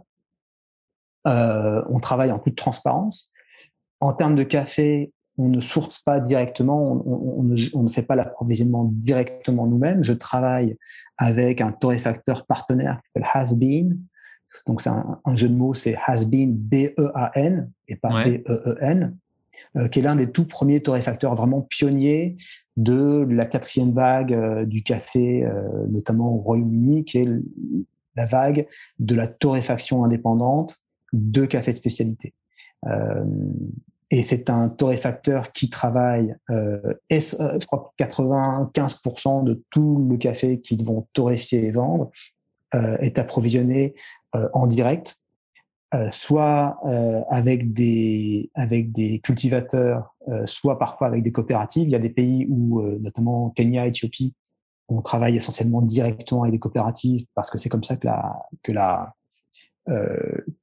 on travaille en toute transparence. En termes de café, on ne source pas directement, on ne fait pas l'approvisionnement directement nous-mêmes. Je travaille avec un torréfacteur partenaire qui s'appelle Has Been. Donc, c'est un jeu de mots, c'est Has Been, B-E-A-N, et pas Ouais. B-E-E-N. Qui est l'un des tout premiers torréfacteurs vraiment pionniers de la 4e vague du café, notamment au Royaume-Uni, qui est la vague de la torréfaction indépendante de café de spécialité. Et c'est un torréfacteur qui travaille, je crois que 95% de tout le café qu'ils vont torréfier et vendre est approvisionné en direct, soit avec des cultivateurs, soit parfois avec des coopératives. Il y a des pays où, notamment Kenya, Éthiopie, on travaille essentiellement directement avec des coopératives parce que c'est comme ça que euh,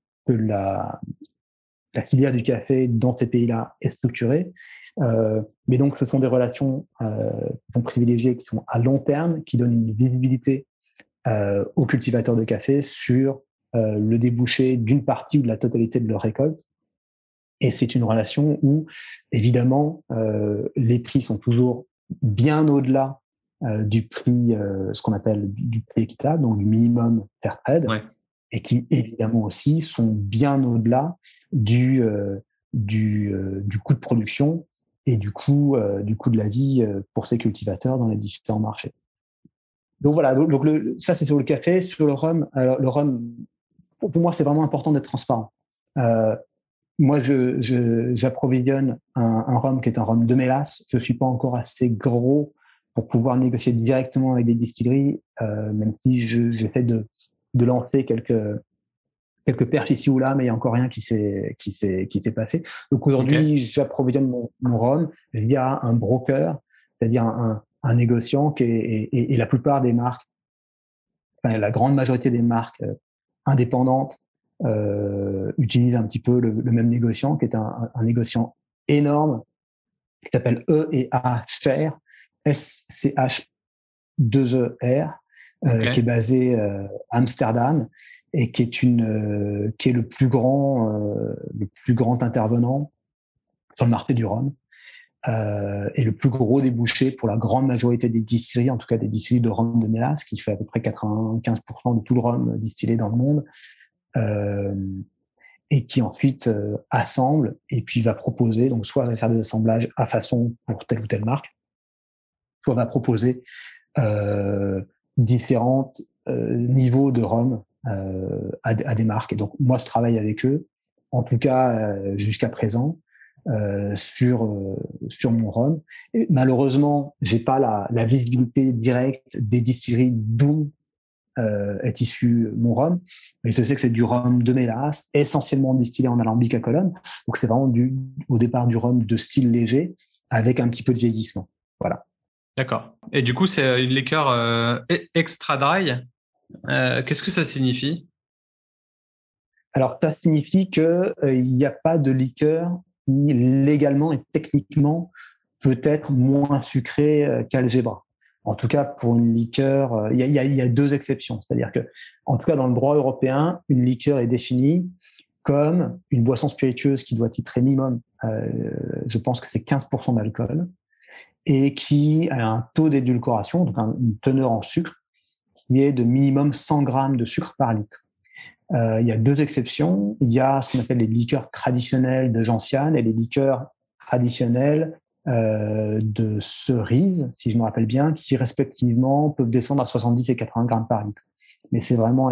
la filière du café dans ces pays-là est structurée. Mais donc, ce sont des relations qui sont privilégiées, qui sont à long terme, qui donnent une visibilité aux cultivateurs de café sur le débouché d'une partie ou de la totalité de leur récolte. Et c'est une relation où, évidemment, les prix sont toujours bien au-delà du prix, ce qu'on appelle du prix équitable, donc du minimum Fairtrade, Ouais. et qui, évidemment aussi, sont bien au-delà du coût de production et du coût de la vie pour ces cultivateurs dans les différents marchés. Donc voilà, donc ça c'est sur le café. Sur le rhum, alors le rhum, pour moi c'est vraiment important d'être transparent. Moi j'approvisionne un rhum qui est un rhum de mélasse. Je suis pas encore assez gros pour pouvoir négocier directement avec des distilleries, même si j'essaie de lancer quelques perches ici ou là, mais il n'y a encore rien qui s'est passé. Donc Ok. aujourd'hui, j'approvisionne mon rhum via un broker, c'est-à-dire un négociant et la plupart des marques, enfin, la grande majorité des marques indépendantes utilisent un petit peu le même négociant, qui est un négociant énorme, qui s'appelle E&A Fair, SCH2ER, Ok. qui est basé à Amsterdam et qui est le plus grand intervenant sur le marché du rhum et le plus gros débouché pour la grande majorité des distilleries, en tout cas des distilleries de rhum de mélasse, qui fait à peu près 95% de tout le rhum distillé dans le monde, et qui ensuite assemble et puis va proposer, donc soit va faire des assemblages à façon pour telle ou telle marque, soit va proposer différents niveaux de rhum à des marques. Et donc, moi, je travaille avec eux, en tout cas jusqu'à présent, sur mon rhum. Et malheureusement, j'ai pas la visibilité directe des distilleries d'où est issu mon rhum. Mais je sais que c'est du rhum de mélasse, essentiellement distillé en alambic à colonne. Donc, c'est vraiment au départ du rhum de style léger, avec un petit peu de vieillissement. Voilà. D'accord. Et du coup, c'est une liqueur extra dry. Qu'est-ce que ça signifie? Alors, ça signifie qu'il n'y a pas de liqueur qui, légalement et techniquement, peut être moins sucrée qu'Algebra. En tout cas, pour une liqueur, il y a 2 exceptions. C'est-à-dire que, en tout cas, dans le droit européen, une liqueur est définie comme une boisson spiritueuse qui doit titrer minimum, je pense que c'est 15% d'alcool, et qui a un taux d'édulcoration, donc une teneur en sucre, qui est de minimum 100 grammes de sucre par litre. Il y a 2 exceptions. Il y a ce qu'on appelle les liqueurs traditionnelles de gentiane et les liqueurs traditionnelles de cerise, si je me rappelle bien, qui respectivement peuvent descendre à 70 et 80 grammes par litre. mais c'est vraiment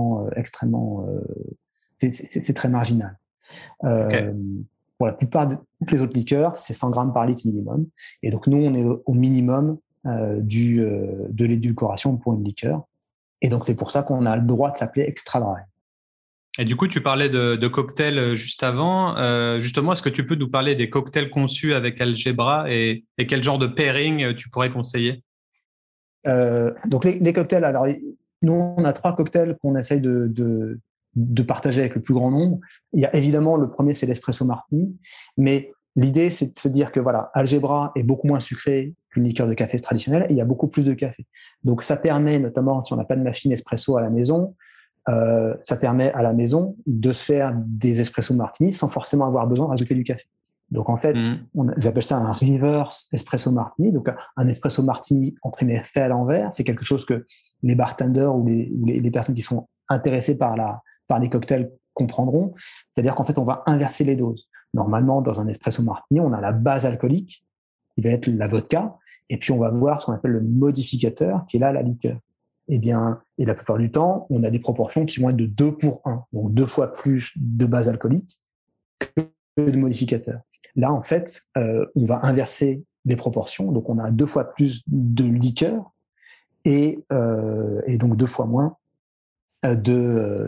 c'est très marginal. Okay. Pour la plupart de toutes les autres liqueurs, c'est 100 grammes par litre minimum. Et donc, nous, on est au minimum de l'édulcoration pour une liqueur. Et donc, c'est pour ça qu'on a le droit de s'appeler extra dry. Et du coup, tu parlais de cocktails juste avant. Justement, est-ce que tu peux nous parler des cocktails conçus avec Algebra et quel genre de pairing tu pourrais conseiller? Donc, les cocktails, alors, nous, on a 3 cocktails qu'on essaye de partager avec le plus grand nombre. Il y a évidemment, le premier, c'est l'espresso martini, mais l'idée, c'est de se dire que voilà, Algebra est beaucoup moins sucré qu'une liqueur de café traditionnelle et il y a beaucoup plus de café. Donc, ça permet, notamment si on n'a pas de machine espresso à la maison, ça permet à la maison de se faire des espresso martini sans forcément avoir besoin de rajouter du café. Donc, en fait, j'appelle ça un reverse espresso martini. Donc, un espresso martini imprimé fait à l'envers, c'est quelque chose que les bartenders ou les personnes qui sont intéressées par les cocktails comprendront. C'est-à-dire qu'en fait, on va inverser les doses. Normalement, dans un espresso martini, on a la base alcoolique, qui va être la vodka, et puis on va voir ce qu'on appelle le modificateur, qui est là la liqueur. Et la plupart du temps, on a des proportions qui vont être de 2 pour 1, donc 2 fois plus de base alcoolique que de modificateur. Là, en fait, on va inverser les proportions, donc on a 2 fois plus de liqueur et donc 2 fois moins de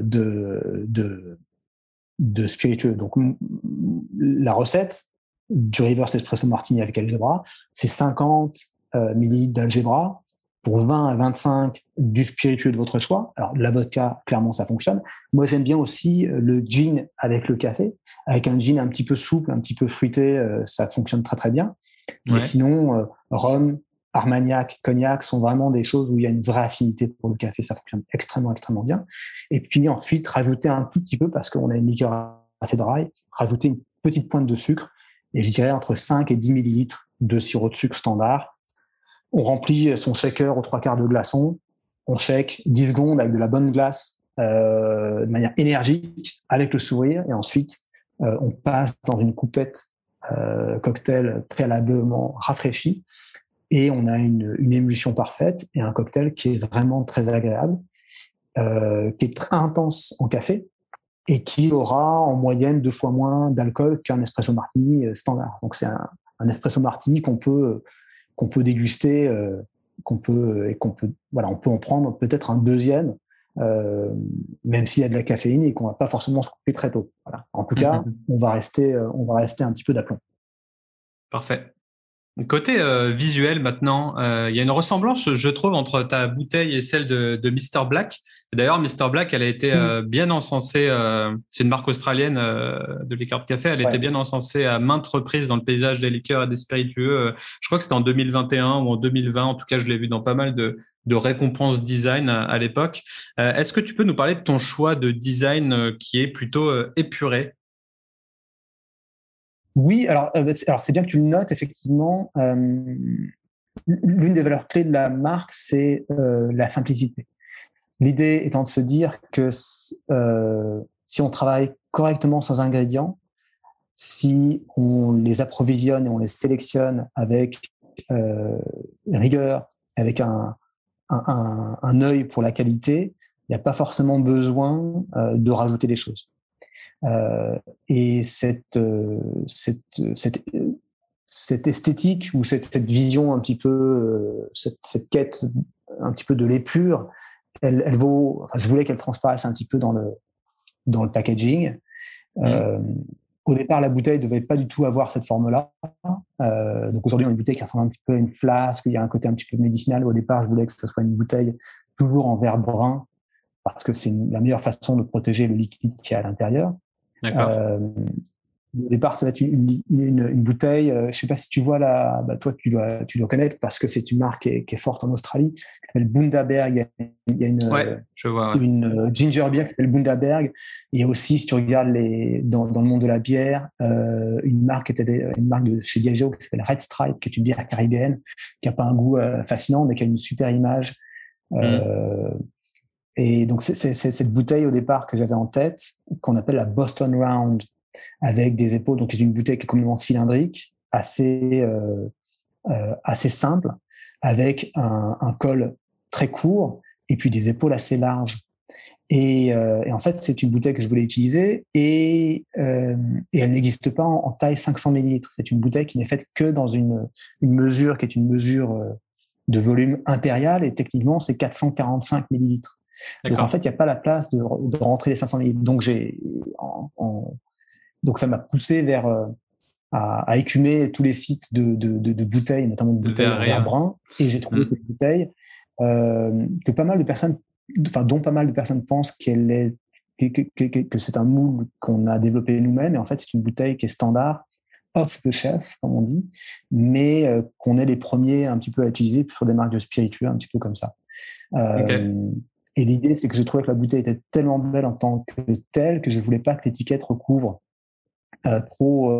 spiritueux. Donc, la recette du reverse espresso martini avec Algebra, c'est 50 millilitres d'Algebra pour 20 à 25 du spiritueux de votre choix. Alors, la vodka, clairement, ça fonctionne. Moi, j'aime bien aussi le gin avec le café. Avec un gin un petit peu souple, un petit peu fruité, ça fonctionne très, très bien. Ouais. Mais sinon, rhum, Armagnac, cognac sont vraiment des choses où il y a une vraie affinité pour le café. Ça fonctionne extrêmement, extrêmement bien. Et puis ensuite, rajouter un tout petit peu, parce qu'on a une liqueur assez dry, rajouter une petite pointe de sucre, et je dirais entre 5 et 10 millilitres de sirop de sucre standard. On remplit son shaker aux 3/4 de glaçons, on shake 10 secondes avec de la bonne glace, de manière énergique, avec le sourire, et ensuite, on passe dans une coupette cocktail préalablement rafraîchie, et on a une émulsion parfaite et un cocktail qui est vraiment très agréable, qui est très intense en café et qui aura en moyenne 2 fois moins d'alcool qu'un espresso martini standard. Donc c'est un espresso martini qu'on peut déguster, on peut en prendre peut-être un deuxième, même s'il y a de la caféine et qu'on va pas forcément se couper très tôt. Voilà. En tout cas, on va rester un petit peu d'aplomb. Parfait. Côté visuel maintenant, il y a une ressemblance, je trouve, entre ta bouteille et celle de Mr Black. D'ailleurs, Mr Black, elle a été bien encensée. C'est une marque australienne de liqueur de café. Elle était bien encensée à maintes reprises dans le paysage des liqueurs et des spiritueux. Je crois que c'était en 2021 ou en 2020. En tout cas, je l'ai vu dans pas mal de récompenses design à l'époque. Est-ce que tu peux nous parler de ton choix de design qui est plutôt épuré? Oui, alors c'est bien que tu le notes, effectivement. L'une des valeurs clés de la marque, c'est la simplicité. L'idée étant de se dire que si on travaille correctement sans ingrédients, si on les approvisionne et on les sélectionne avec rigueur, avec un œil pour la qualité, il n'y a pas forcément besoin de rajouter des choses. Et cette esthétique ou cette vision un petit peu, cette quête un petit peu de l'épure, elle vaut. Enfin, je voulais qu'elle transparaisse un petit peu dans le packaging. Au départ, la bouteille devait pas du tout avoir cette forme-là. Donc aujourd'hui, on a une bouteille qui ressemble un petit peu à une flasque. Il y a un côté un petit peu médicinal. Au départ, je voulais que ce soit une bouteille toujours en verre brun parce que c'est la meilleure façon de protéger le liquide qui est à l'intérieur. D'accord. Au départ, ça va être une bouteille. Je ne sais pas si tu vois toi, tu dois connaître parce que c'est une marque qui est forte en Australie, qui s'appelle Bundaberg. Il y a une ginger beer qui s'appelle Bundaberg. Il y a aussi, si tu regardes dans le monde de la bière, une marque de chez Diageo qui s'appelle Red Stripe, qui est une bière caribéenne, qui n'a pas un goût fascinant, mais qui a une super image. Et donc, c'est cette bouteille au départ que j'avais en tête, qu'on appelle la Boston Round, avec des épaules. Donc, c'est une bouteille qui est complètement cylindrique, assez simple, avec un col très court et puis des épaules assez larges. Et en fait, c'est une bouteille que je voulais utiliser et elle n'existe pas en taille 500 millilitres. C'est une bouteille qui n'est faite que dans une mesure qui est une mesure de volume impérial et techniquement, c'est 445 millilitres. Donc en fait, il n'y a pas la place de rentrer les 500 millilitres. Donc donc ça m'a poussé vers à écumer tous les sites de bouteilles, notamment de bouteilles en verre brun, et j'ai trouvé cette bouteille que pas mal de personnes, dont pas mal de personnes pensent que c'est un moule qu'on a développé nous-mêmes, et en fait c'est une bouteille qui est standard, off the shelf comme on dit, mais qu'on est les premiers un petit peu à utiliser sur des marques de spiritueux, un petit peu comme ça. Et l'idée, c'est que je trouvais que la bouteille était tellement belle en tant que telle que je voulais pas que l'étiquette recouvre trop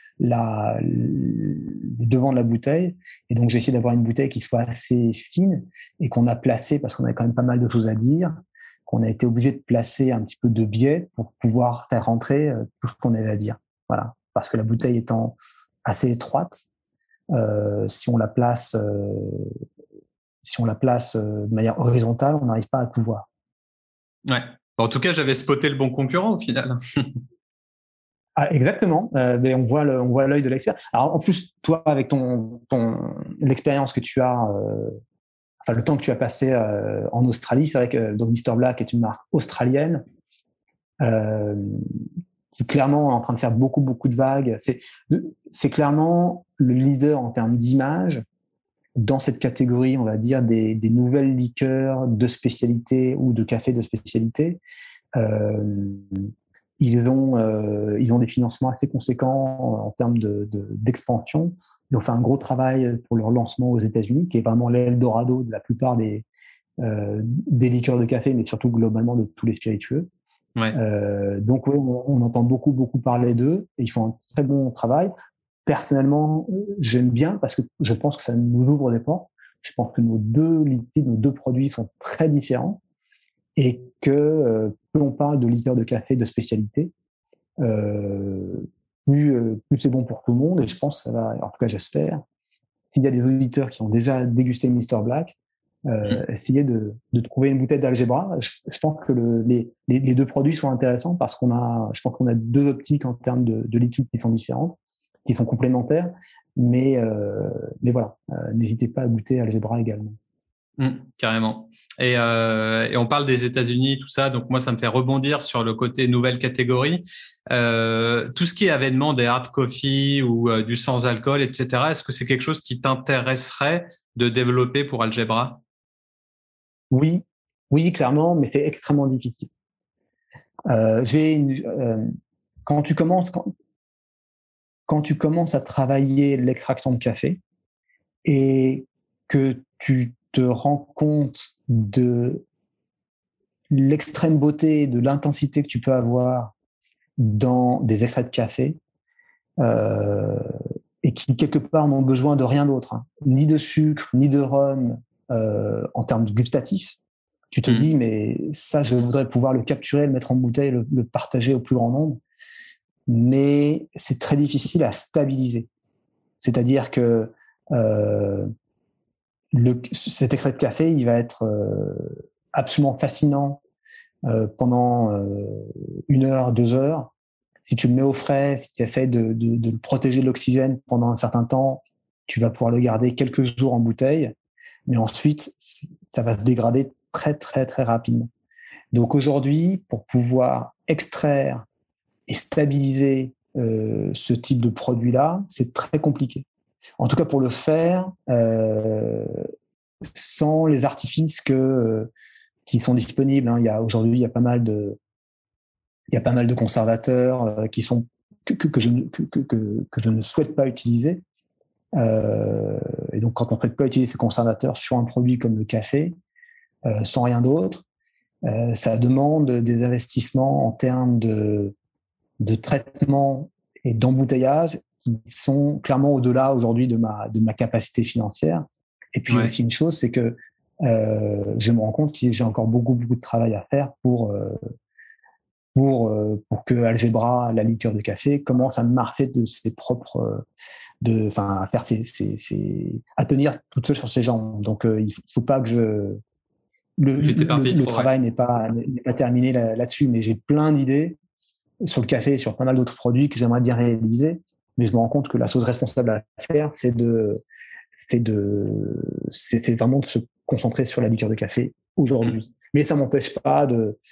le devant de la bouteille, et donc j'ai essayé d'avoir une bouteille qui soit assez fine et qu'on a placé, parce qu'on avait quand même pas mal de choses à dire, qu'on a été obligé de placer un petit peu de biais pour pouvoir faire rentrer tout ce qu'on avait à dire. Voilà, parce que la bouteille étant assez étroite, si on la place de manière horizontale, on n'arrive pas à tout voir. Ouais. En tout cas, j'avais spoté le bon concurrent au final. Ah, exactement, mais on voit l'œil de l'expert. Alors en plus, toi, avec l'expérience que tu as, enfin le temps que tu as passé en Australie, c'est vrai que donc Mr Black est une marque australienne qui clairement est en train de faire beaucoup de vagues. C'est clairement le leader en termes d'image dans cette catégorie, on va dire des nouvelles liqueurs de spécialité ou de café de spécialité. Ils ont des financements assez conséquents en termes d'expansion. Ils ont fait un gros travail pour leur lancement aux États-Unis, qui est vraiment l'Eldorado de la plupart des liqueurs de café, mais surtout globalement de tous les spiritueux. Ouais. Donc ouais, on entend beaucoup parler d'eux et ils font un très bon travail. Personnellement, j'aime bien parce que je pense que ça nous ouvre des portes. Je pense que nos deux produits sont très différents et que plus on parle de liqueurs de café de spécialité, plus c'est bon pour tout le monde. Et je pense que ça va, en tout cas j'espère, s'il y a des auditeurs qui ont déjà dégusté Mr Black, essayer de trouver une bouteille d'Algebra. Je pense que les deux produits sont intéressants parce je pense qu'on a deux optiques en termes de liquides qui sont différentes, qui sont complémentaires. Mais voilà, n'hésitez pas à goûter Algebra également. Carrément. Et on parle des États-Unis, tout ça. Donc moi, ça me fait rebondir sur le côté nouvelle catégorie. Tout ce qui est avènement des hard coffee ou du sans alcool, etc. Est-ce que c'est quelque chose qui t'intéresserait de développer pour Algebra? Oui, clairement, mais c'est extrêmement difficile. Quand tu commences à travailler l'extraction de café et que tu te rends compte de l'extrême beauté, de l'intensité que tu peux avoir dans des extraits de café, et qui quelque part n'ont besoin de rien d'autre, hein, ni de sucre, ni de rhum, en termes gustatifs. Tu te dis, mais ça, je voudrais pouvoir le capturer, le mettre en bouteille, le partager au plus grand nombre. Mais c'est très difficile à stabiliser. C'est-à-dire que cet extrait de café, il va être absolument fascinant pendant 1 heure, 2 heures. Si tu le mets au frais, si tu essaies de le protéger de l'oxygène pendant un certain temps, tu vas pouvoir le garder quelques jours en bouteille. Mais ensuite, ça va se dégrader très rapidement. Donc aujourd'hui, pour pouvoir extraire et stabiliser ce type de produit-là, c'est très compliqué. En tout cas, pour le faire sans les artifices qui sont disponibles. Hein. Aujourd'hui, il y a pas mal de conservateurs que je ne souhaite pas utiliser. Et donc, quand on ne souhaite pas utiliser ces conservateurs sur un produit comme le café, sans rien d'autre, ça demande des investissements en termes de traitement et d'embouteillage qui sont clairement au-delà aujourd'hui de ma capacité financière. Et puis aussi une chose, c'est que je me rends compte que j'ai encore beaucoup de travail à faire pour que Algebra, la liqueur de café, commence à marcher de ses propres, à faire à tenir toute seule sur ses jambes. Donc il faut pas que le travail n'est pas terminé là-dessus, mais j'ai plein d'idées sur le café et sur pas mal d'autres produits que j'aimerais bien réaliser. Mais je me rends compte que la chose responsable à faire, c'est vraiment de se concentrer sur la liqueur de café aujourd'hui. Mais ça m'empêche pas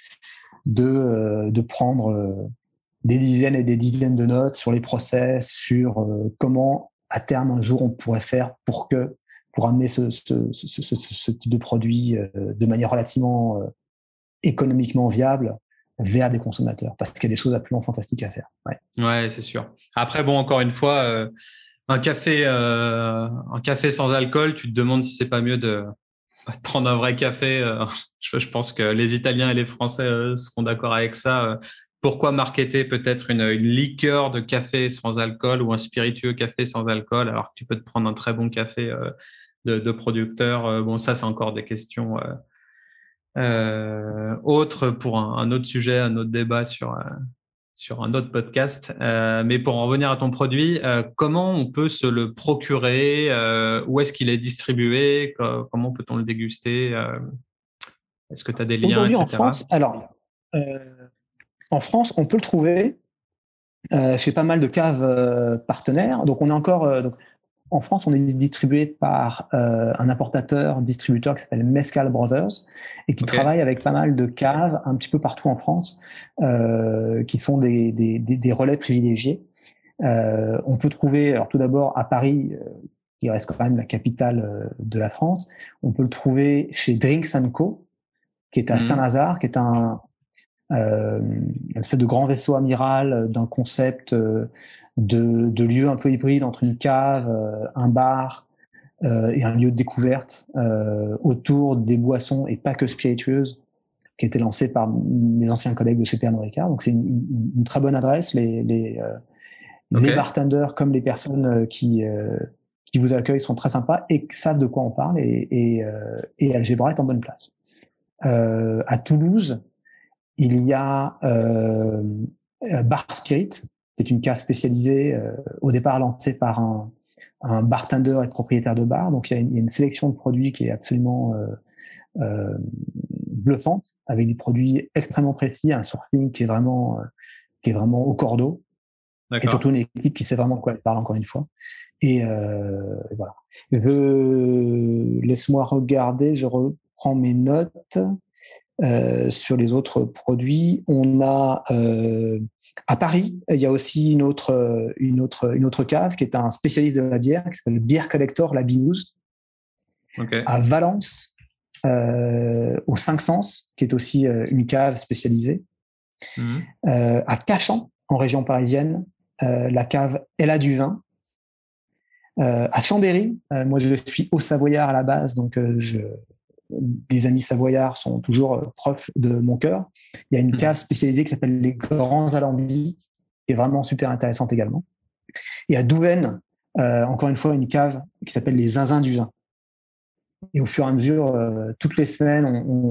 de prendre des dizaines et des dizaines de notes sur les process, sur comment à terme un jour on pourrait faire pour amener ce type de produit de manière relativement économiquement viable vers des consommateurs, parce qu'il y a des choses absolument fantastiques à faire. Ouais, c'est sûr. Après, bon, encore une fois, un café sans alcool, tu te demandes si c'est pas mieux de prendre un vrai café. Je pense que les Italiens et les Français seront d'accord avec ça. Pourquoi marketer peut-être une liqueur de café sans alcool ou un spiritueux café sans alcool, alors que tu peux te prendre un très bon café de producteur. Bon, ça, c'est encore des questions autres pour un autre sujet, un autre débat sur un autre podcast. Mais pour en revenir à ton produit, comment on peut se le procurer? Où est-ce qu'il est distribué? Comment peut-on le déguster? Est-ce que tu as des liens, Aujourd'hui, etc.? En France, on peut le trouver chez pas mal de caves partenaires. Donc, on est encore... en France, on est distribué par un distributeur qui s'appelle Mescal Brothers et qui travaille avec pas mal de caves un petit peu partout en France, qui sont des relais privilégiés. On peut trouver, alors tout d'abord à Paris, qui reste quand même la capitale de la France. On peut le trouver chez Drinks & Co, qui est à Saint-Lazare, qui est une espèce de grand vaisseau amiral d'un concept de lieu un peu hybride entre une cave, un bar et un lieu de découverte autour des boissons et pas que spiritueuses, qui a été lancé par mes anciens collègues de chez Pernod Ricard. Donc c'est une très bonne adresse. Les bartenders comme les personnes qui vous accueillent sont très sympas et savent de quoi on parle, et Algebra est en bonne place. À Toulouse, il y a Bar Spirit, qui est une cave spécialisée, au départ lancée par un bartender et propriétaire de bar. Donc il y a une sélection de produits qui est absolument bluffante, avec des produits extrêmement précis, un sourcing qui est vraiment au cordeau. D'accord. Et surtout une équipe qui sait vraiment de quoi elle parle, encore une fois. Et voilà. Laisse-moi regarder, je reprends mes notes sur les autres produits. On a à Paris, il y a aussi une autre cave qui est un spécialiste de la bière, qui s'appelle Beer Collector La Binouze. À Valence, au Cinq Sens, qui est aussi une cave spécialisée. À Cachan, en région parisienne, la cave Elle a du vin. À Chambéry, moi je suis haut-savoyard à la base, donc les amis savoyards sont toujours proches de mon cœur. Il y a une cave spécialisée qui s'appelle les Grands Alambics, qui est vraiment super intéressante également. Et à Douvaine, encore une fois, une cave qui s'appelle les Zinzins du vin. Et au fur et à mesure, toutes les semaines,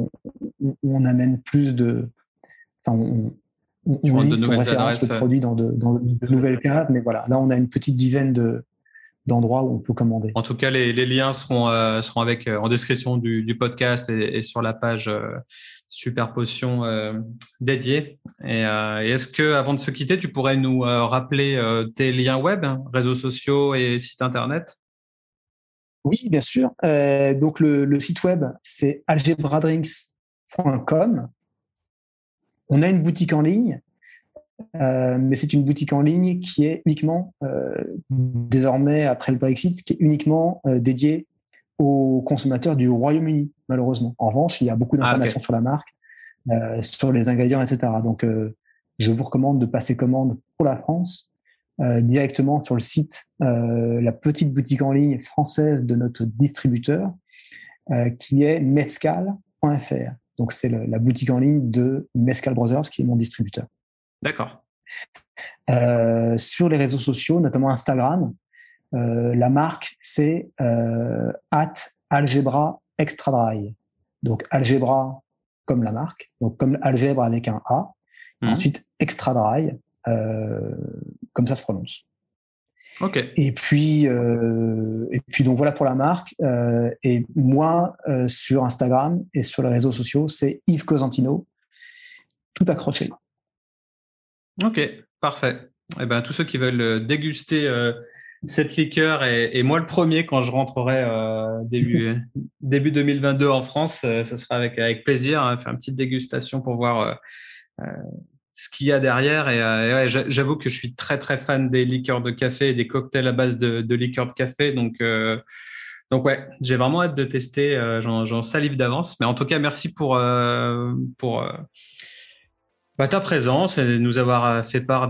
on amène plus de... on référence le produit dans de nouvelles caves, mais voilà, là on a une petite dizaine d'endroits où on peut commander. En tout cas, les liens seront en description du podcast et sur la page Super Potion dédiée. Et est-ce que, avant de se quitter, tu pourrais nous rappeler tes liens web, réseaux sociaux et sites internet? Oui, bien sûr. Donc le site web, c'est algebradrinks.com. On a une boutique en ligne, mais c'est une boutique en ligne qui est uniquement, désormais après le Brexit, qui est uniquement dédiée aux consommateurs du Royaume-Uni, malheureusement. En revanche, il y a beaucoup d'informations sur la marque, sur les ingrédients, etc. Donc, je vous recommande de passer commande pour la France directement sur le site, la petite boutique en ligne française de notre distributeur, qui est mescal.fr. Donc, c'est la boutique en ligne de Mescal Brothers, qui est mon distributeur. D'accord. Sur les réseaux sociaux, notamment Instagram, la marque, c'est @algebra extra dry. Donc, algebra comme la marque, donc comme algèbre avec un A. Ensuite, extra dry, comme ça se prononce. Ok. Et puis puis donc voilà pour la marque. Et moi, sur Instagram et sur les réseaux sociaux, c'est Yves Cosentino, tout accroché. Ok, parfait. Eh ben, tous ceux qui veulent déguster cette liqueur, et moi le premier quand je rentrerai début 2022 en France, ça sera avec plaisir, hein, faire une petite dégustation pour voir ce qu'il y a derrière. Et ouais, j'avoue que je suis très très fan des liqueurs de café et des cocktails à base de liqueurs de café. Donc ouais, j'ai vraiment hâte de tester. J'en salive d'avance. Mais en tout cas, merci pour ta présence et de nous avoir fait part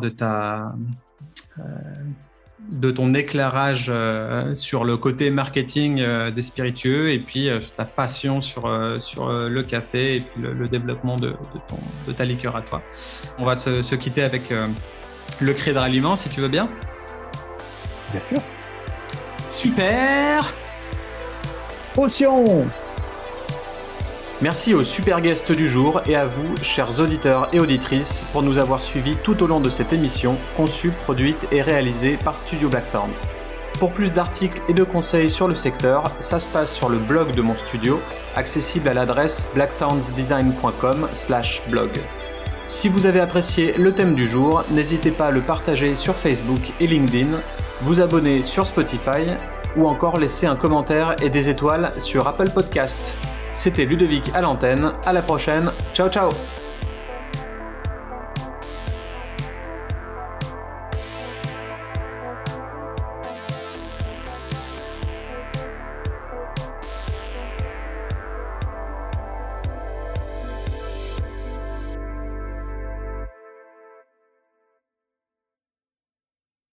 de ton éclairage sur le côté marketing des spiritueux, et puis ta passion sur le café et puis le développement de ta liqueur à toi. On va se quitter avec le cri de ralliement, si tu veux bien. Bien sûr. Super. Potion. Merci aux super guests du jour et à vous, chers auditeurs et auditrices, pour nous avoir suivis tout au long de cette émission, conçue, produite et réalisée par Studio Blackthorns. Pour plus d'articles et de conseils sur le secteur, ça se passe sur le blog de mon studio, accessible à l'adresse blackthornsdesign.com/blog. Si vous avez apprécié le thème du jour, n'hésitez pas à le partager sur Facebook et LinkedIn, vous abonner sur Spotify ou encore laisser un commentaire et des étoiles sur Apple Podcast. C'était Ludovic à l'antenne, à la prochaine, ciao ciao.